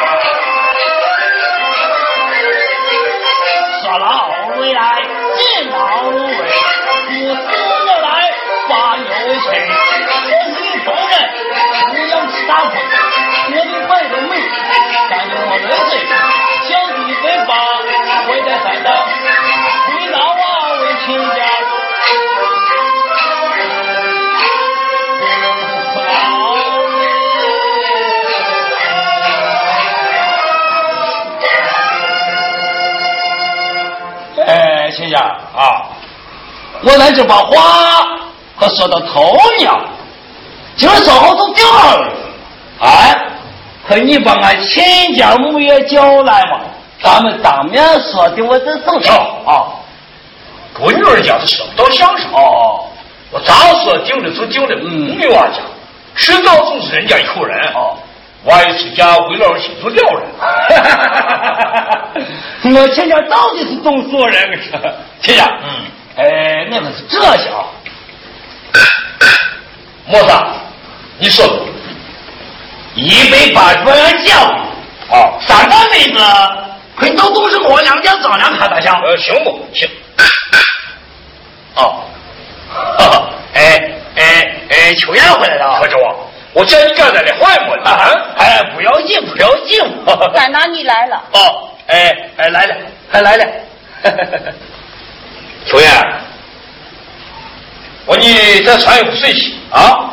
说老回来进老尾，不死的来发牛钱，我是头人不要吃大亏，我的白的美感觉我6岁小弟被罚回在山上回老啊为亲家亲家啊，我来这把话可说到头呢，今儿稍后都定好了。哎，可你把俺亲家母也叫来嘛，咱们当面说的我这省事啊。 我女儿家是什么到相声哦， 我咋说定了就定了，女娃家迟早总是人家一口人哦。 娃一出家为了心就了人。 我亲家到底是懂做人，亲家，那个是这些啊。 莫啥？你说的 180多元奖啊，3个妹子，可都是我娘家丈量看大象。 行不行？ 哦，秋燕回来了。 可着我，我叫你干在这坏么了？ 不要紧，不要紧。 干哪你来了？ 哦，来了，还来了。 秋燕，我你再穿一不水洗啊。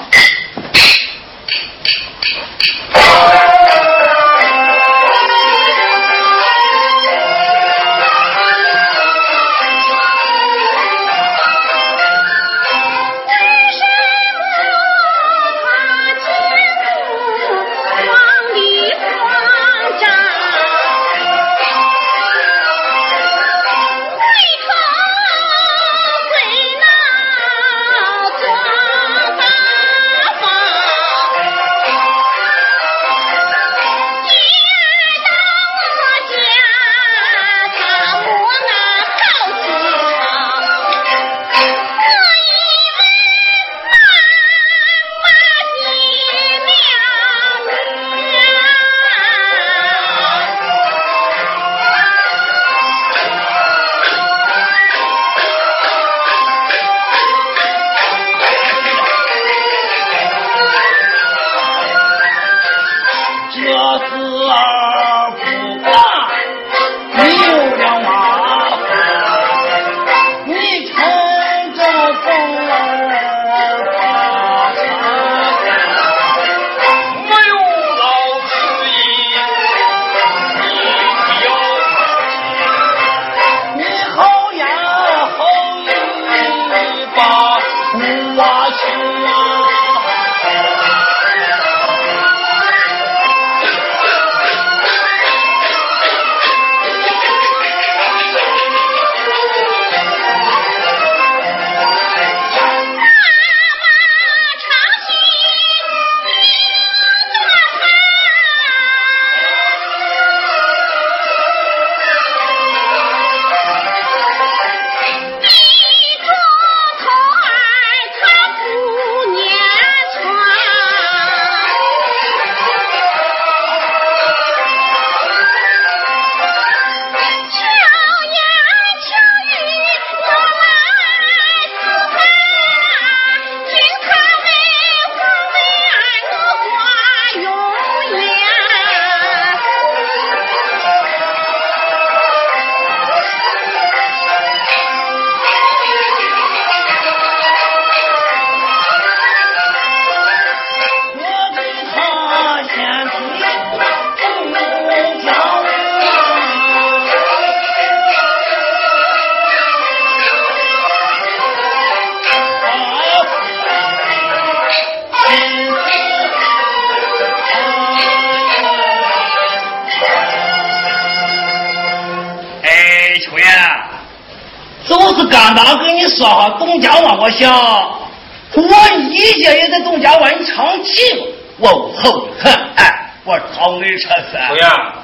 刚刚跟你说好董家湾，我想我以前也在董家湾长期过，我后看，哎，我操你车噻！ 小燕，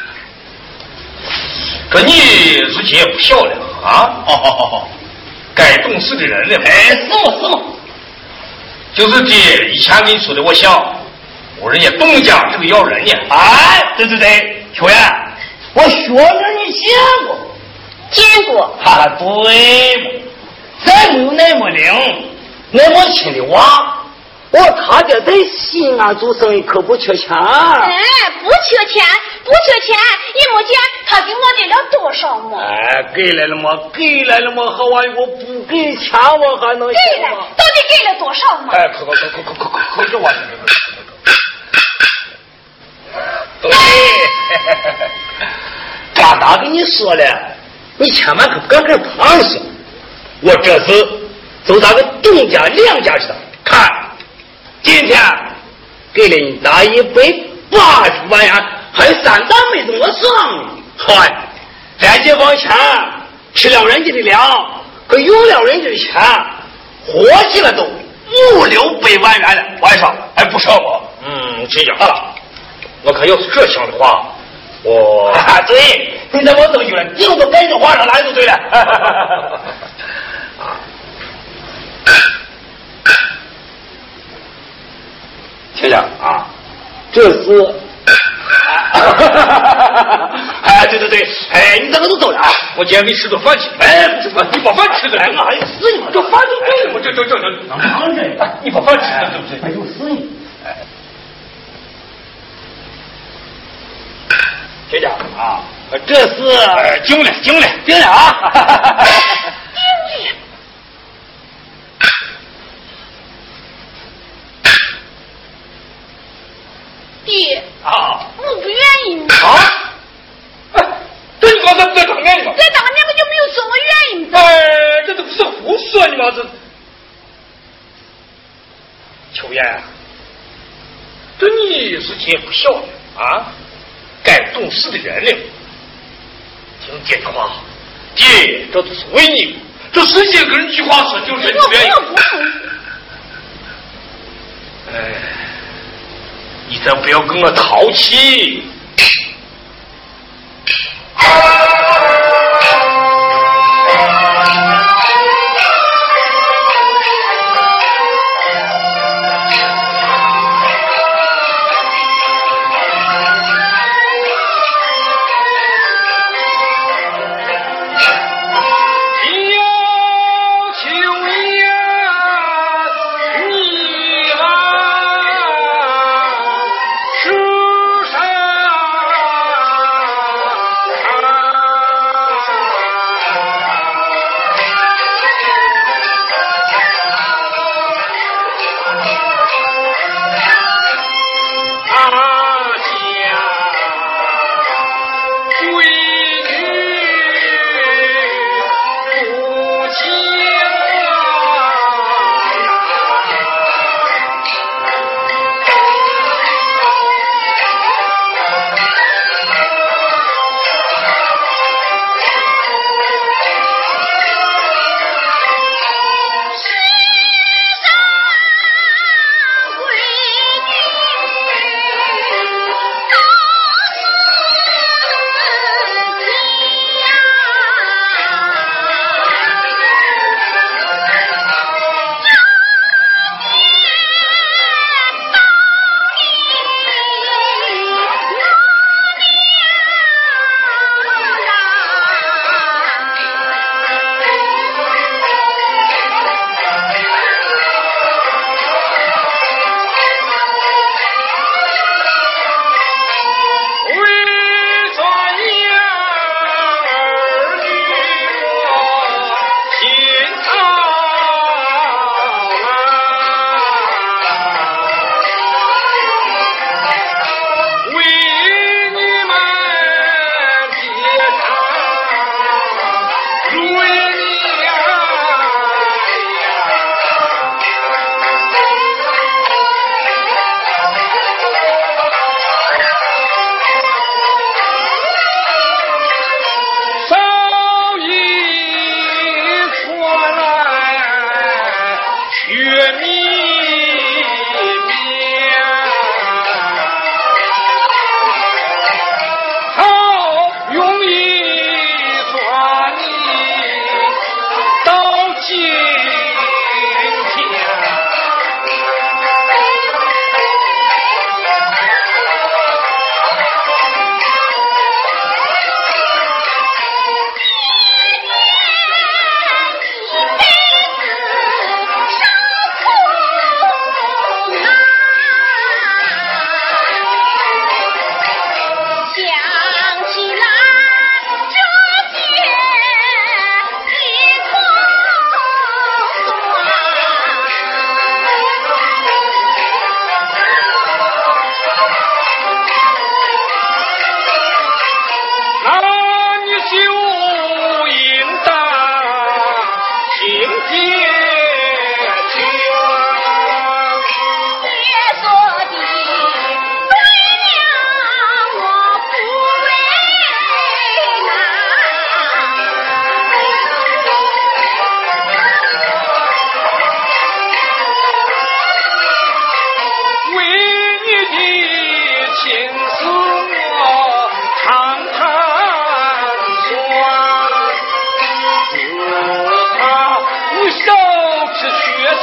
这你日节也不小了啊！ 哦， 该懂事的人了。 哎，是吗？ 就是这以前跟你说的，我想，我人家董家这个要人呢。 哎，对，秋燕，我学着你见过。 见过。 哈，对，再没有那么灵，那么亲的娃，我他家在西安做生意可不缺钱。 哎，不缺钱，一毛钱，他给我给了多少嘛？ 哎，给来了吗？好玩意，我不给钱我还能给了，到底给了多少嘛？ 哎，可这玩意儿， 对，刚刚跟你说了，你千万可不敢跟旁说。我这次就咱个董家两家知道，看，今天给了你大180万元，还有3大妹子我上呢。嗨，咱这帮钱吃了人家的粮，可用了人家的钱，活起来都500-600万元了。晚上还不少吗？这样啊。 我看要是这样的话，我对，你怎么都有了，顶都跟着画上来就对了。听着啊，这是，哎，对，哎，你这个都走了啊！ 我今天给你吃顿饭去。 哎，不是饭， 你把饭吃了， 哎，我还有死你嘛！这饭就对了， 我这， 忙着， 你把饭吃了，对不对？ 还有死你！学长啊，这是精了啊！ 爹啊， 我不愿意。 啊！哎，这你刚才不在当面吗？ 在当面我就没有说我愿意。 哎，这都不是胡说你妈这。秋燕，这你是姐不孝的啊，该懂事的人了。听爹的话，爹这都是为你，这世界跟人句话说就是你愿意。 我不哎，你再不要跟我淘气。 世上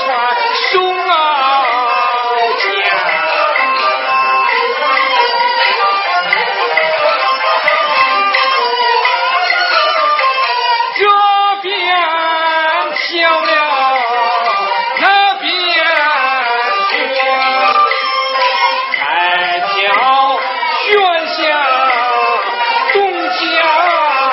穿胸袄甲。这边漂亮，那边去，开条悬下东家。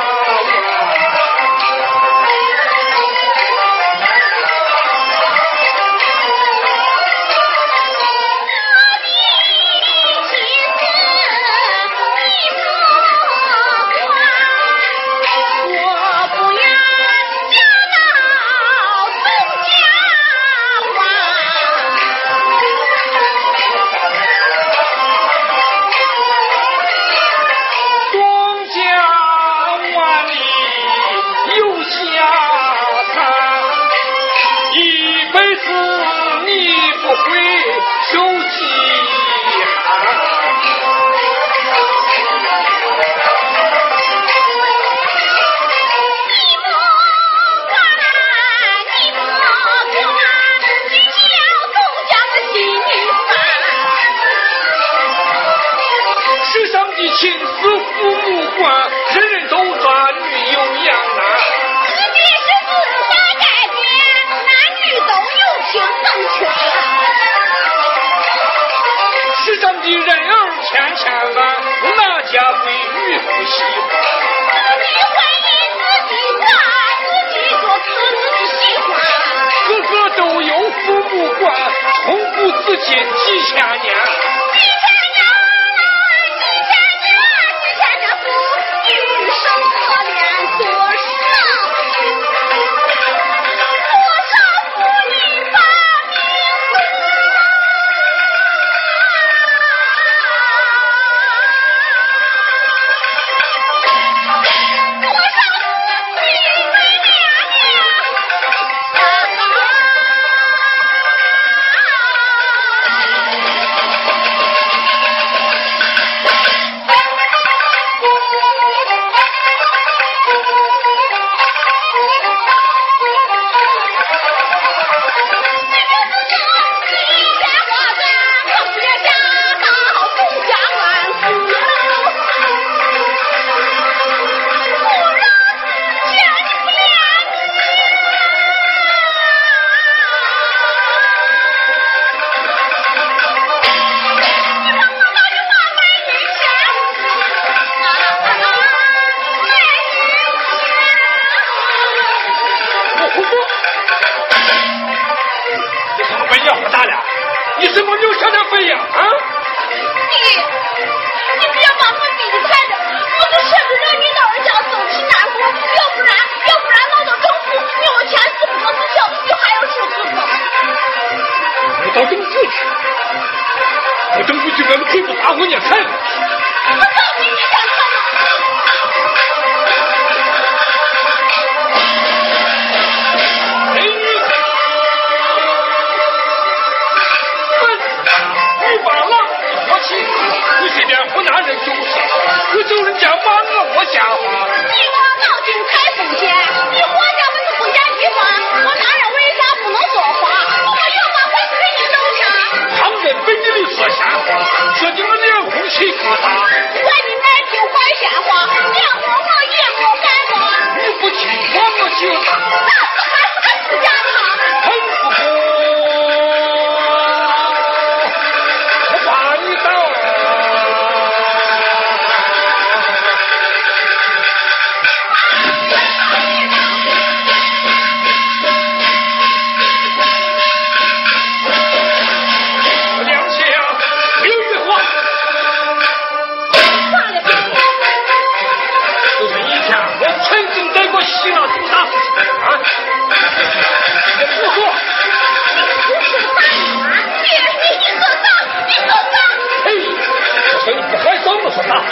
情死父母官，人人都抓女有样啊！ 自己是自法改变，男女都有平等权。 世上的人儿千千万，哪家闺女不喜欢？ 自己婚姻自己干，自己做自己喜欢。 个个都有父母官，从古至今几千年。你怎么留下点肥呀？啊！ 你不要把我逼得太着，我就舍不得你老人家走起难过，要不然闹到政府，你我钱死不得死掉，你还要受死吗？ 我到政府去，我政府去跟政府打我年财。 我到底你想看你这边湖南人就是，我就人家骂我家话。 你我闹精开封县，你国家不是不严地方，我男人为啥不能说话？我要把回给你弄啥？ 他们本地里说闲话，说你们脸红气疙瘩。 怪你爱听坏闲话，连我也没办法。 你不听我就打。 还不讲他？ 很不公。洗脑这么大事情啊！你胡说！ 你说啥？ 嘿，我说你不还怎么说啥？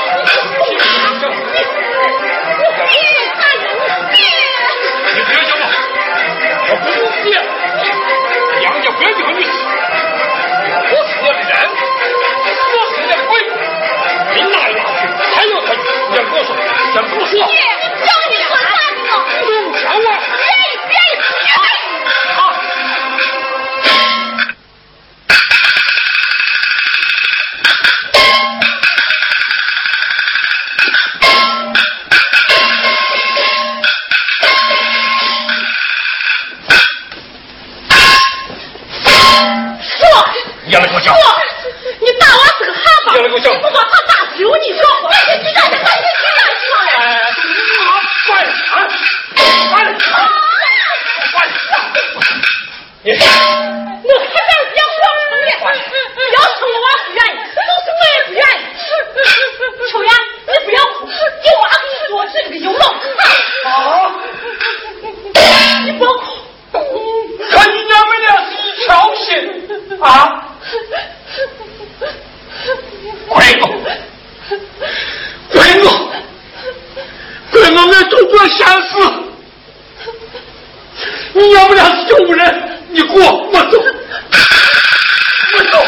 你不要叫我，我不用别，杨家不要叫你死，我是你的人，我是你的鬼，你拿一拿去，还有他，你跟我说，先不说。 叫你说啥呢？ 弄啥我？ 别！啊！ 正。 不把他打死，你说我赶紧去干，赶紧去干去了。 快点啊！快点！快点！你我还在要成呢，要成了我不愿意，都是我也不愿意。秋雅，你不要哭，有娃给你多治这个有漏。 啊！ 你不要哭。 看你娘们俩是一条心啊！滚我！滚我！滚我！我都不想死！你娘们俩是救人，你过我走，我走。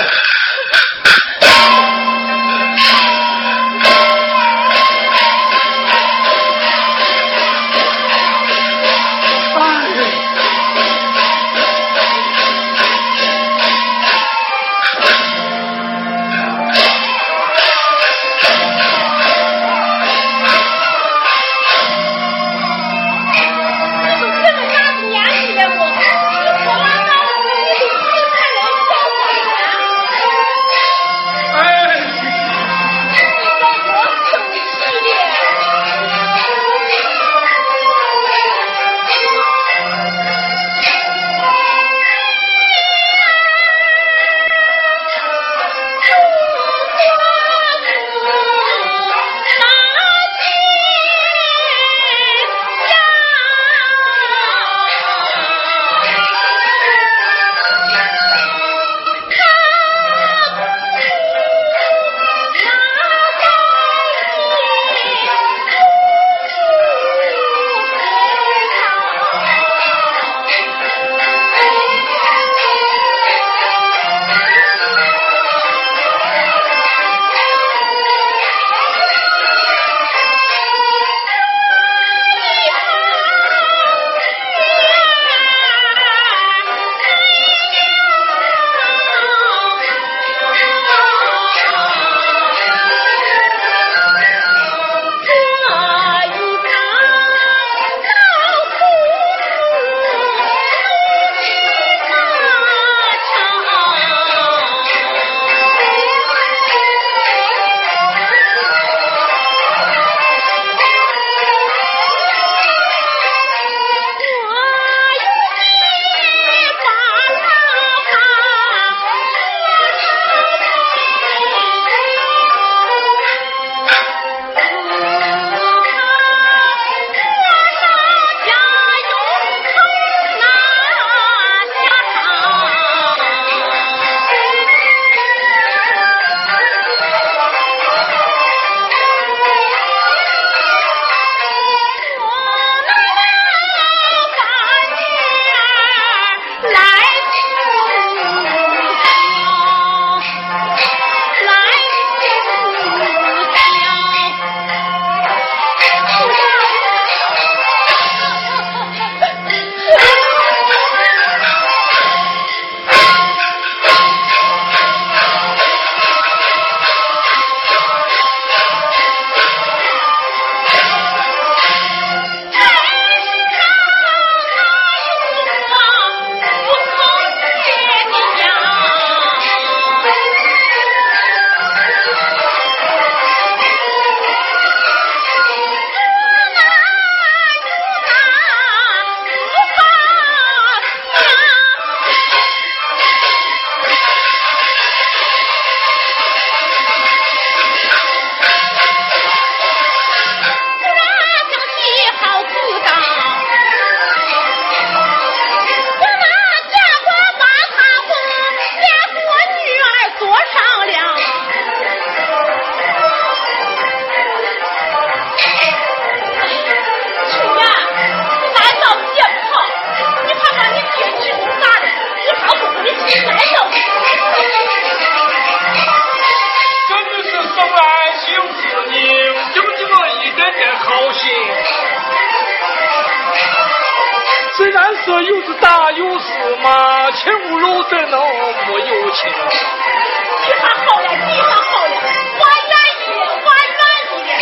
虽然说有是大有事嘛，情无肉怎能没有情？ 你还好了，你还好了，我愿意，我愿意。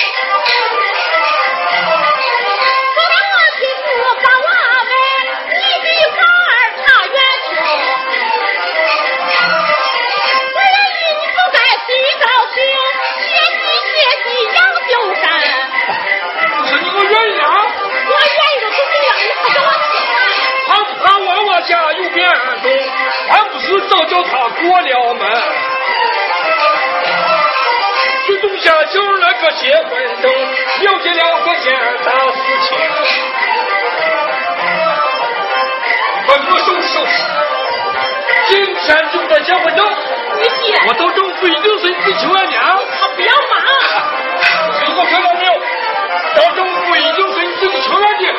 可让我媳妇把娃们你比孩儿差远去，我愿意你不该心高兴。 还不是早叫他过了门。孙中山就是那个结婚证，了解了这件大事情。把我手收拾，今天就在结婚证。我到政府已经是自求安娘。 他不要骂。 听我说到没有？到政府已经是自求安的。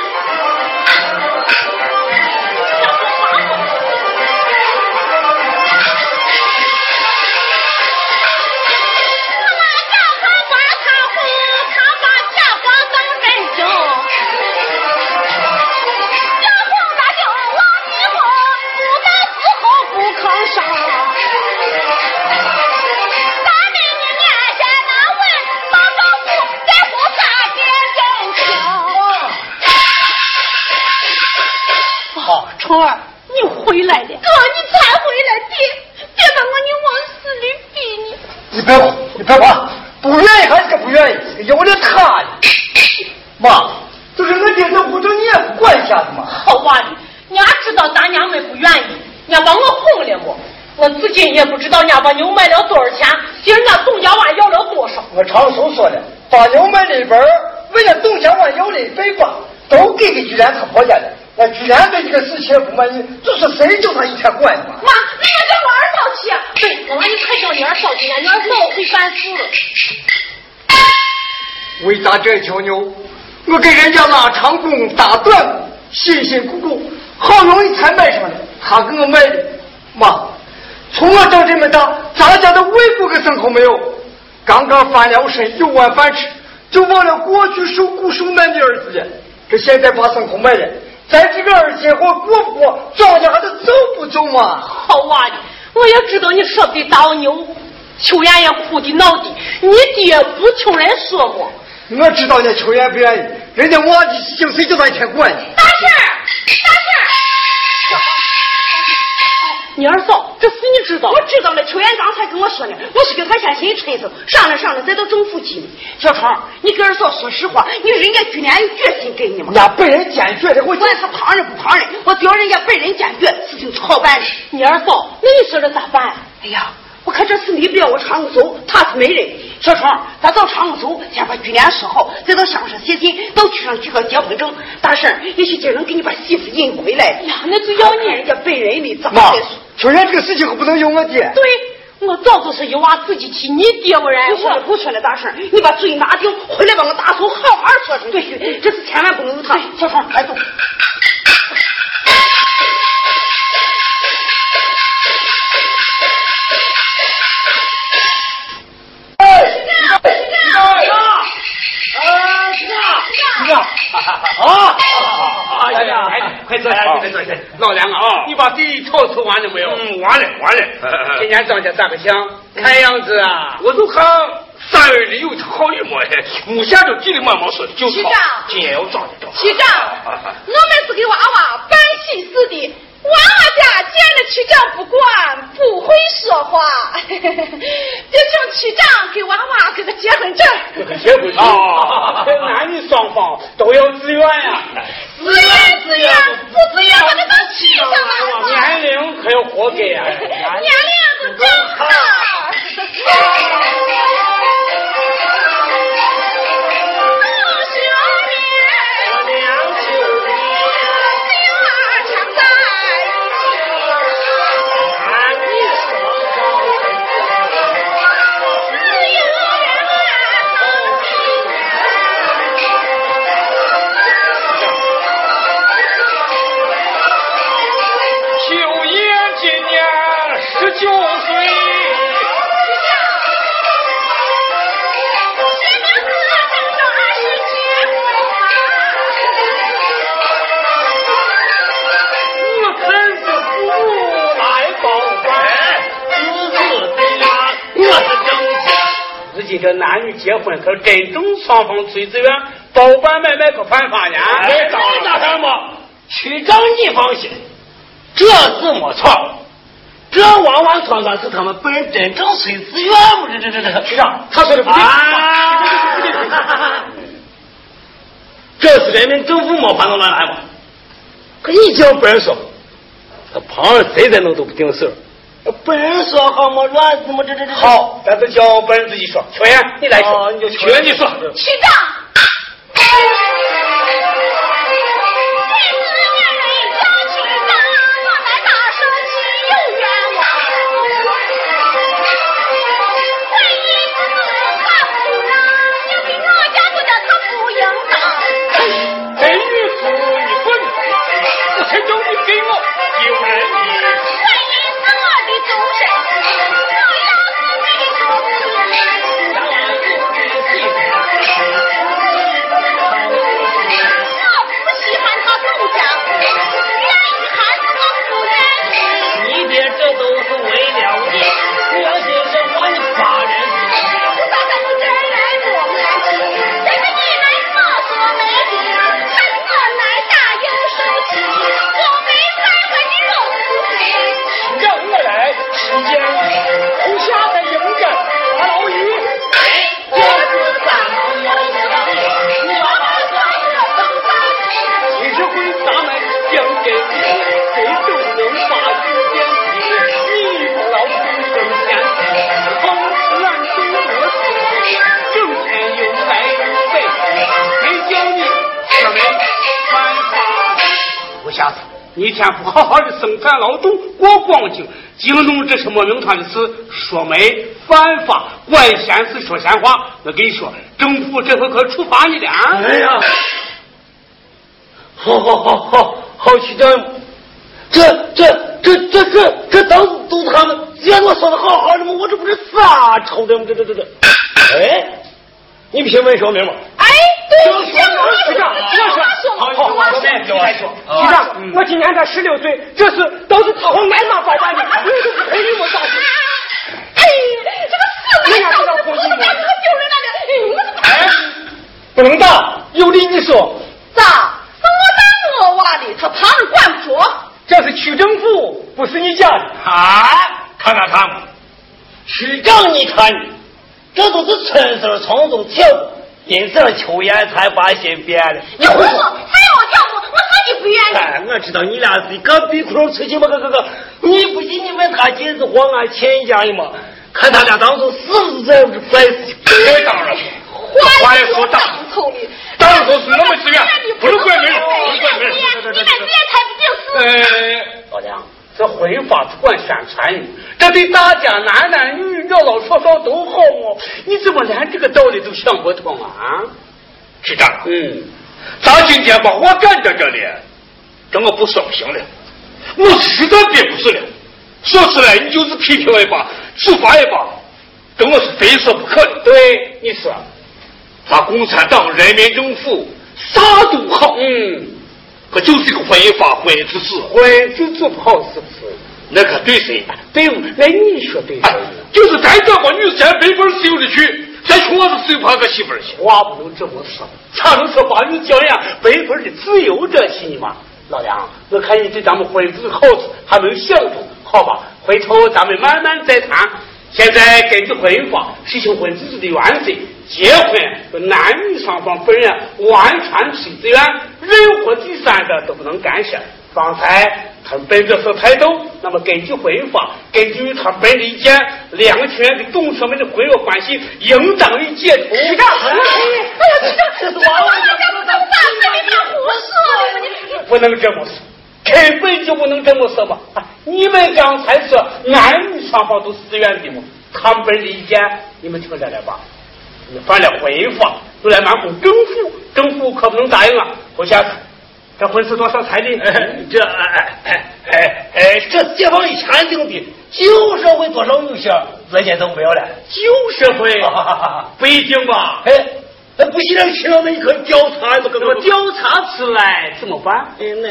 虫儿，你回来了！哥， 你才回来，别把我你往死里逼你！ 你别怕，不愿意还是不愿意，有点他呀。妈，就是俺爹这不着你也不管一下子嘛。 好娃的，你还知道咱娘们不愿意，你把我哄了么？我至今也不知道人家把牛卖了多少钱，给人家董家湾要了多少。 我常叔说的，把牛卖那边为了董家湾要的北瓜，都给居然他婆家了。那居然对这个事情也不满意，这是谁叫他一天惯的嘛？ 妈，那个叫我二嫂去。对，我让你快叫你二嫂去，你二嫂会办事了。 为啥这条牛？我给人家拉长工打断工，辛辛苦苦，好容易才卖上来，他给我卖的。妈，从我长这么大，咱家都喂过个牲口没有？刚刚翻了身，有碗饭吃，就忘了过去受苦受难的儿子了。这现在把牲口卖了。在这个儿结婚过不过，庄稼还得走不走嘛？ 好娃的，我也知道你舍不得打我牛，秋妍也哭的闹的，你爹不听人说么？ 我知道人家秋妍不愿意，人家娃的事情谁叫他一天管呢？ 大婶， 你二嫂，这事你知道？ 我知道了，秋妍刚才跟我说呢，我是给他先心吹手，上了再到政府去呢。小闯，你跟二嫂说实话，你人家居然有决心给你吗？ 那被人坚决的，我管他旁人不旁人，我只要人家被人坚决，事情好办的。 你二嫂，那你说这咋办？ 哎呀，我看这事离不了我长走，他是媒人。小闯，咱到长走，先把居然说好，再到乡上写信，到区上举个结婚证。大婶，也许今儿能给你把媳妇引回来。 呀，那就要你人家被人的咋再说？秋妍这个事情可不能由我爹。 对，我早就是有娃自己提，你爹我然。 不说了，大婶，你把嘴拿定，回来把我大嫂好好说出去。对，这次千万不能有他。小闯，快走。 哎呀，快坐下，快坐下。老梁啊，你把地头抽完了没有？完了。今年庄稼咋个想？看样子啊，我都看3月里有一条好日么？目前都地里慢慢说的就好。今年要庄稼。 区长，我们是给娃娃办喜事的。娃娃家见了区长不管，不会说话，就请区长给娃娃给个结婚证。 结婚证啊，男女双方都要自愿呀。 自愿，不自愿我就到区上了。 年龄可要活该呀。 年龄是正好。 这个男女结婚可真正双方催自愿，包办买卖可犯法呢。 哎，大什么？区长你放心，这是没错。这往往常常是他们本人真正催自愿嘛。这区长他说的不对。这是人民政府没判断乱来嘛？可你叫本人说， 他旁人谁在弄都不顶事儿。本人说好吗？乱子吗？这好，咱就叫本人自己说。秋燕，你来说，你就秋燕你说。 区长。 你一天不好好的生产劳动过光景，惊动这什么名堂的事，说媒犯法，管闲事说闲话。我跟你说，政府这回可处罚你点。哎呀，好，区长，这当都他们原来说的好的吗？我这不是撒臭的吗？这，哎，你评文说明吗？ 哎，对， 区长，好，说明就来说。区长，我今年才16岁，这事都是他往挨骂发展的，我都不陪你我干什么？ 哎，这个4来倒是不是干这个丢人了的？ 哎，不能打，有理你说。 咋？是我打我娃的，他旁人管不着。 这是区政府，不是你家的。 看，区长你看你，这都是春事从中跳过。因此秋燕才把心变了。 你胡说！还要我跳过，我自己不愿意。 哎，我知道你俩是一个鼻孔出去嘛，哥，你不信你问他金子黄啊钱家的嘛，看他俩当初是不是这样子坏事情？ 当然， 坏说当头的， 当然说是那么自愿，不能怪没人， 你们才不定是。老娘。这婚法不管宣传的，这对大家男女老少都好哦。你怎么连这个道理都想不通啊？ 区长，咱今天把我干在这里，这我不爽行了，我实在憋不住了。说出来你就是批评一把，处罚一把，这我是非说不可的。 对，你说， 咱共产党人民政府啥都好，可就是个婚姻法婚之事， 婚就做不好是不是？ 那可对谁？ 对，那你说对谁？ 就是咱这把女咱北边收的去，咱穷是谁怕个媳妇儿去？ 话不能这么说，咋能说把你教养北边的自由这些嘛？老梁，我看你对咱们婚子的好处还没有想通，好吧？回头咱们慢慢再谈。现在根据婚姻法实行婚制的原则，结婚男女双方本人完全随自愿，任何第三者都不能干涉。方才他们本着说态度，那么根据婚姻法，根据他们本的意见，两个情人的董事们的婚约关系应当于解除。 区长，哎呀，区长，这是我不能这么说，根本就不能这么说吧？你们刚才说男女双方都是自愿的嘛，他们本的意见你们听着来吧。你犯了婚姻法，又来瞒哄政府可不能答应啊！侯先生，这婚是多少彩礼？这解放以前定的，旧社会多少有些，这些都没有了。旧社会不一定吧？不信任去了，那你可调查怎么调查出来怎么办？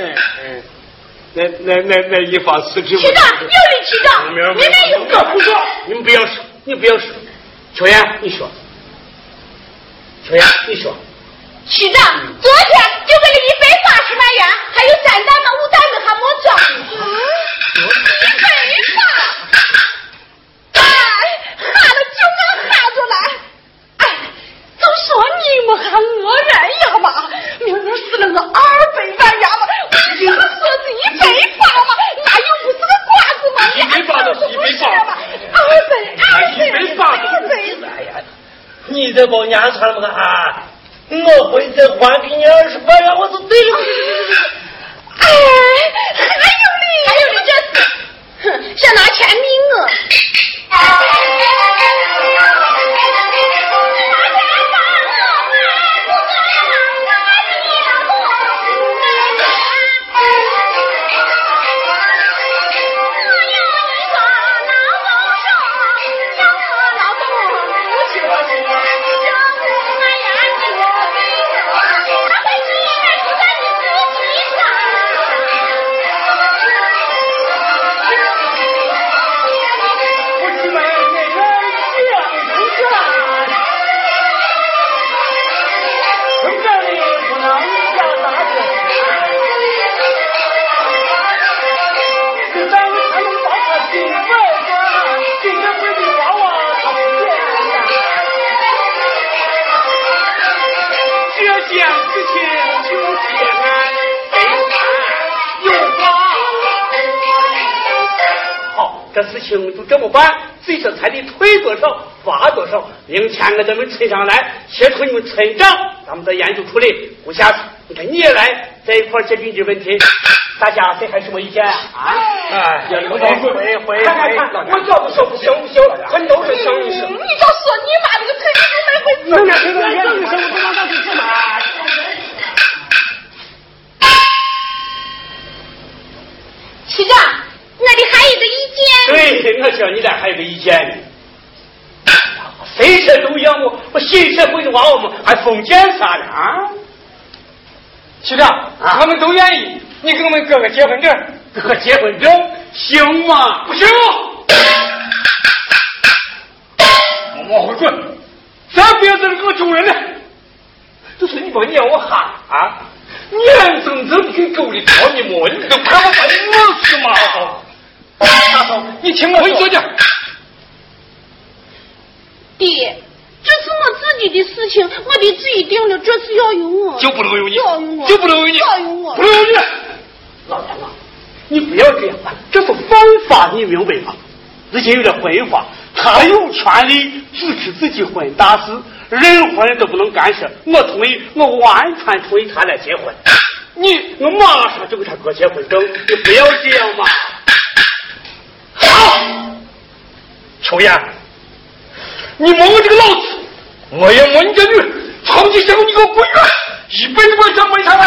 那一方辞职。 区长，有理，区长，你们有个不说，你们不要说，你不要说。秋燕，你说。秋燕，你说。 区长，昨天就给了180万元，还有3单嘛5单的还没交。180，喊了就能喊出来。就说你们还讹人呀嘛，明明是那个200万元嘛，我这个说是180嘛，哪有再把我撵出来了啊！我会再还给你28元，我就对了。 哎，还有你这是，哼，上哪签名啊？ 这事情就这么办，最少彩礼退多少发多少，明天我咱们村上来协助你们村长，咱们再研究处理。不下次你看你也来在一块解决这问题，大家谁还什么意见啊？哎，回，看，我叫不说不行，咱都是生意事。 你就说你妈这个腿都没回。区长，我的还有个意见。 对，我知道你俩还有个意见。谁说都要我新社会的娃娃们还封建啥的啊？ 区长，我们都愿意，你给我们哥哥结婚证。 哥结婚证行吗？ 不行，我往回滚！咱别在这给我丢人了。 就是你把撵我哈啊！眼睁睁跟狗里掏你摸，你都怕我把你饿死吗？ 大嫂，你听我说讲。 爹，这是我自己的事情，我的嘴定了，这次要有我， 就不能有你， 要有我， 就不能有你， 要有我， 不能有你。 老娘啊，你不要这样啊，这是犯法，你明白吗？人家有了婚法，他有权利主持自己婚大事，任何人都不能干涉。我同意，我完全同意他来结婚。我马上就给他哥结婚证，你不要这样嘛。好，秋燕，你摸我这个老子，我也摸你这女，从今之后你给我滚远，一辈子不要想摸他来。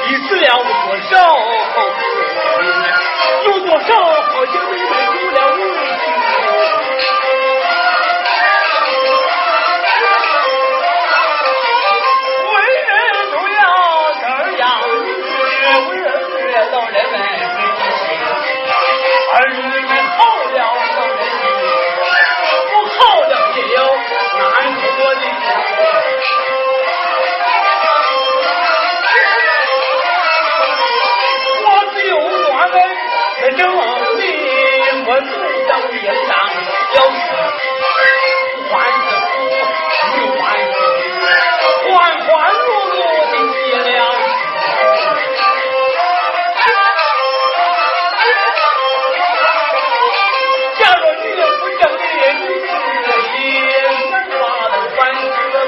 历史了多少，有多少好像妹妹有了委屈。为人都要这样，为人老人们儿女们好了老人不好了也有难过的。我只有我们的证明，我知道应当要还的不还的，欢欢乐乐的结了。假若你也不正面，你自己难发的反思的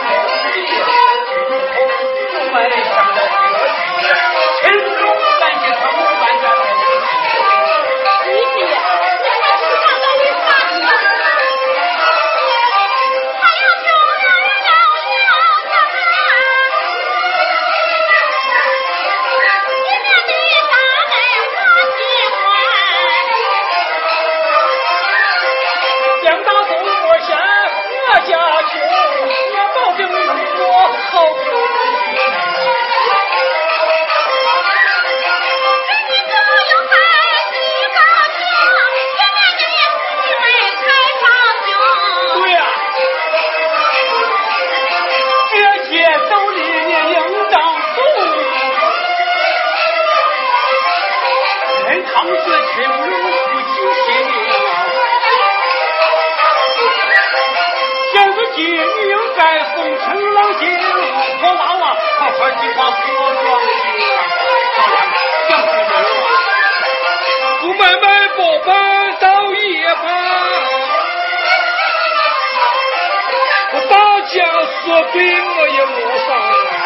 不买上了亲如感谢他们万家你姐，你还是看到你爸呢？还有救人要他，你面对大爱我喜欢。 两大都我先我家穷，我保证我好不对呀，这些道理也应当懂。人常是亲如父亲心现如今你应该风尘浪静，和娃娃好好计划过庄不买卖不办到夜吧，我大家说病我也没上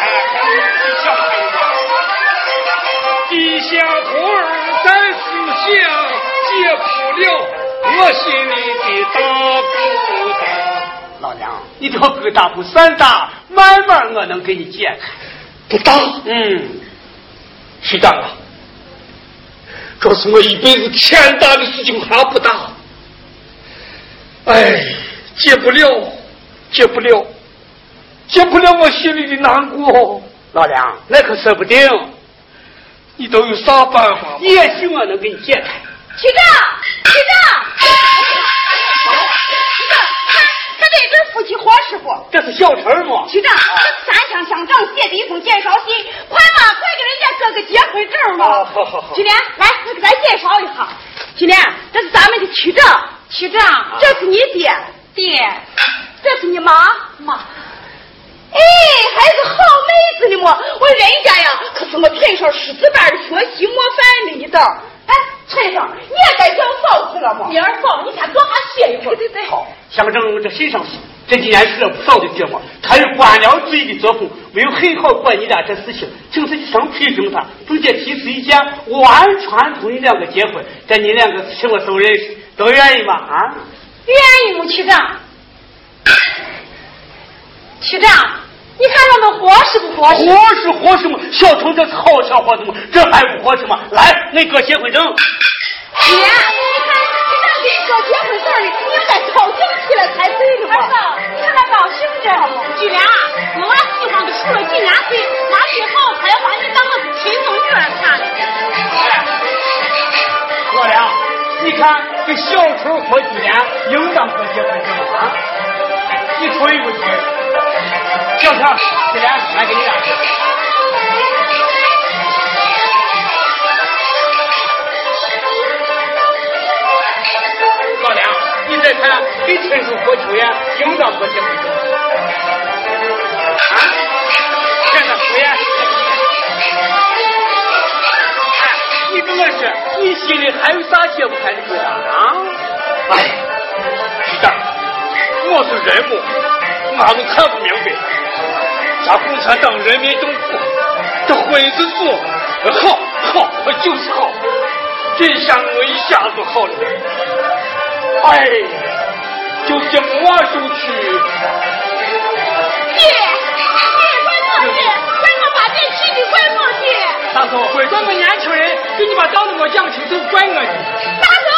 来，地下徒儿在思想解不了我心里的大疙瘩。 老娘，你这疙瘩不算大，慢慢我能给你解开。 不大，是大了。这是我一辈子天大的事情还不大，哎，解不了，我心里的难过。 老娘，那可说不定， 你都有啥办法？ 也许我能给你解开。 局长，这对对夫妻伙是不？ 这是小陈吗？ 局长，这三乡乡长写的一封介绍信，快给人家哥哥结婚证嘛。 好。 金莲，来，我给咱介绍一下。金莲，这是咱们的区长，这是你爹，这是你妈。哎，还是好妹子呢么？我人家呀，可是我陈少师资班的学习模范的一道。哎，陈少，你也该叫嫂子了吗？ 你儿嫂，你先坐下歇一会儿。 对。 好，相正这身上这几年出了不少的节目，他有官僚主义的作风，没有很好管你俩这事情，请自己上批评他，并且提出意见，完全同意两个结婚，这你两个什么时候认识？都愿意吗？啊？ 愿意吗，区长？区长，你看他们合适不合适？ 合适吗？小童这是好小伙子吗？这还不合适吗？来，那个结婚证。 姐，你看这个结婚证里，你应该高兴起来才对的嘛。 儿子，你看他高兴着。菊莲，我娃喜欢的除了几年岁，妈最好他要把你当个亲生女儿看。 老梁，你看这小丑和菊莲应当和结婚证啊？你同意不同意？小丑，菊莲，来给你俩。老梁，你再看，给陈叔和秋妍应当和结婚证啊？现在秋妍，你跟我说，你心里还有啥解不开的疙瘩啊？ 哎，局长，我是人物，哪都看不明白。咱共产党人民政府这婚字做好，就是好，真想我一下子好了。哎，就这么往出去。 爹，怪我爹，怪我把这气的怪我爹。 嫂，咱们年轻人给你把道理我讲清楚，怪我的。 大哥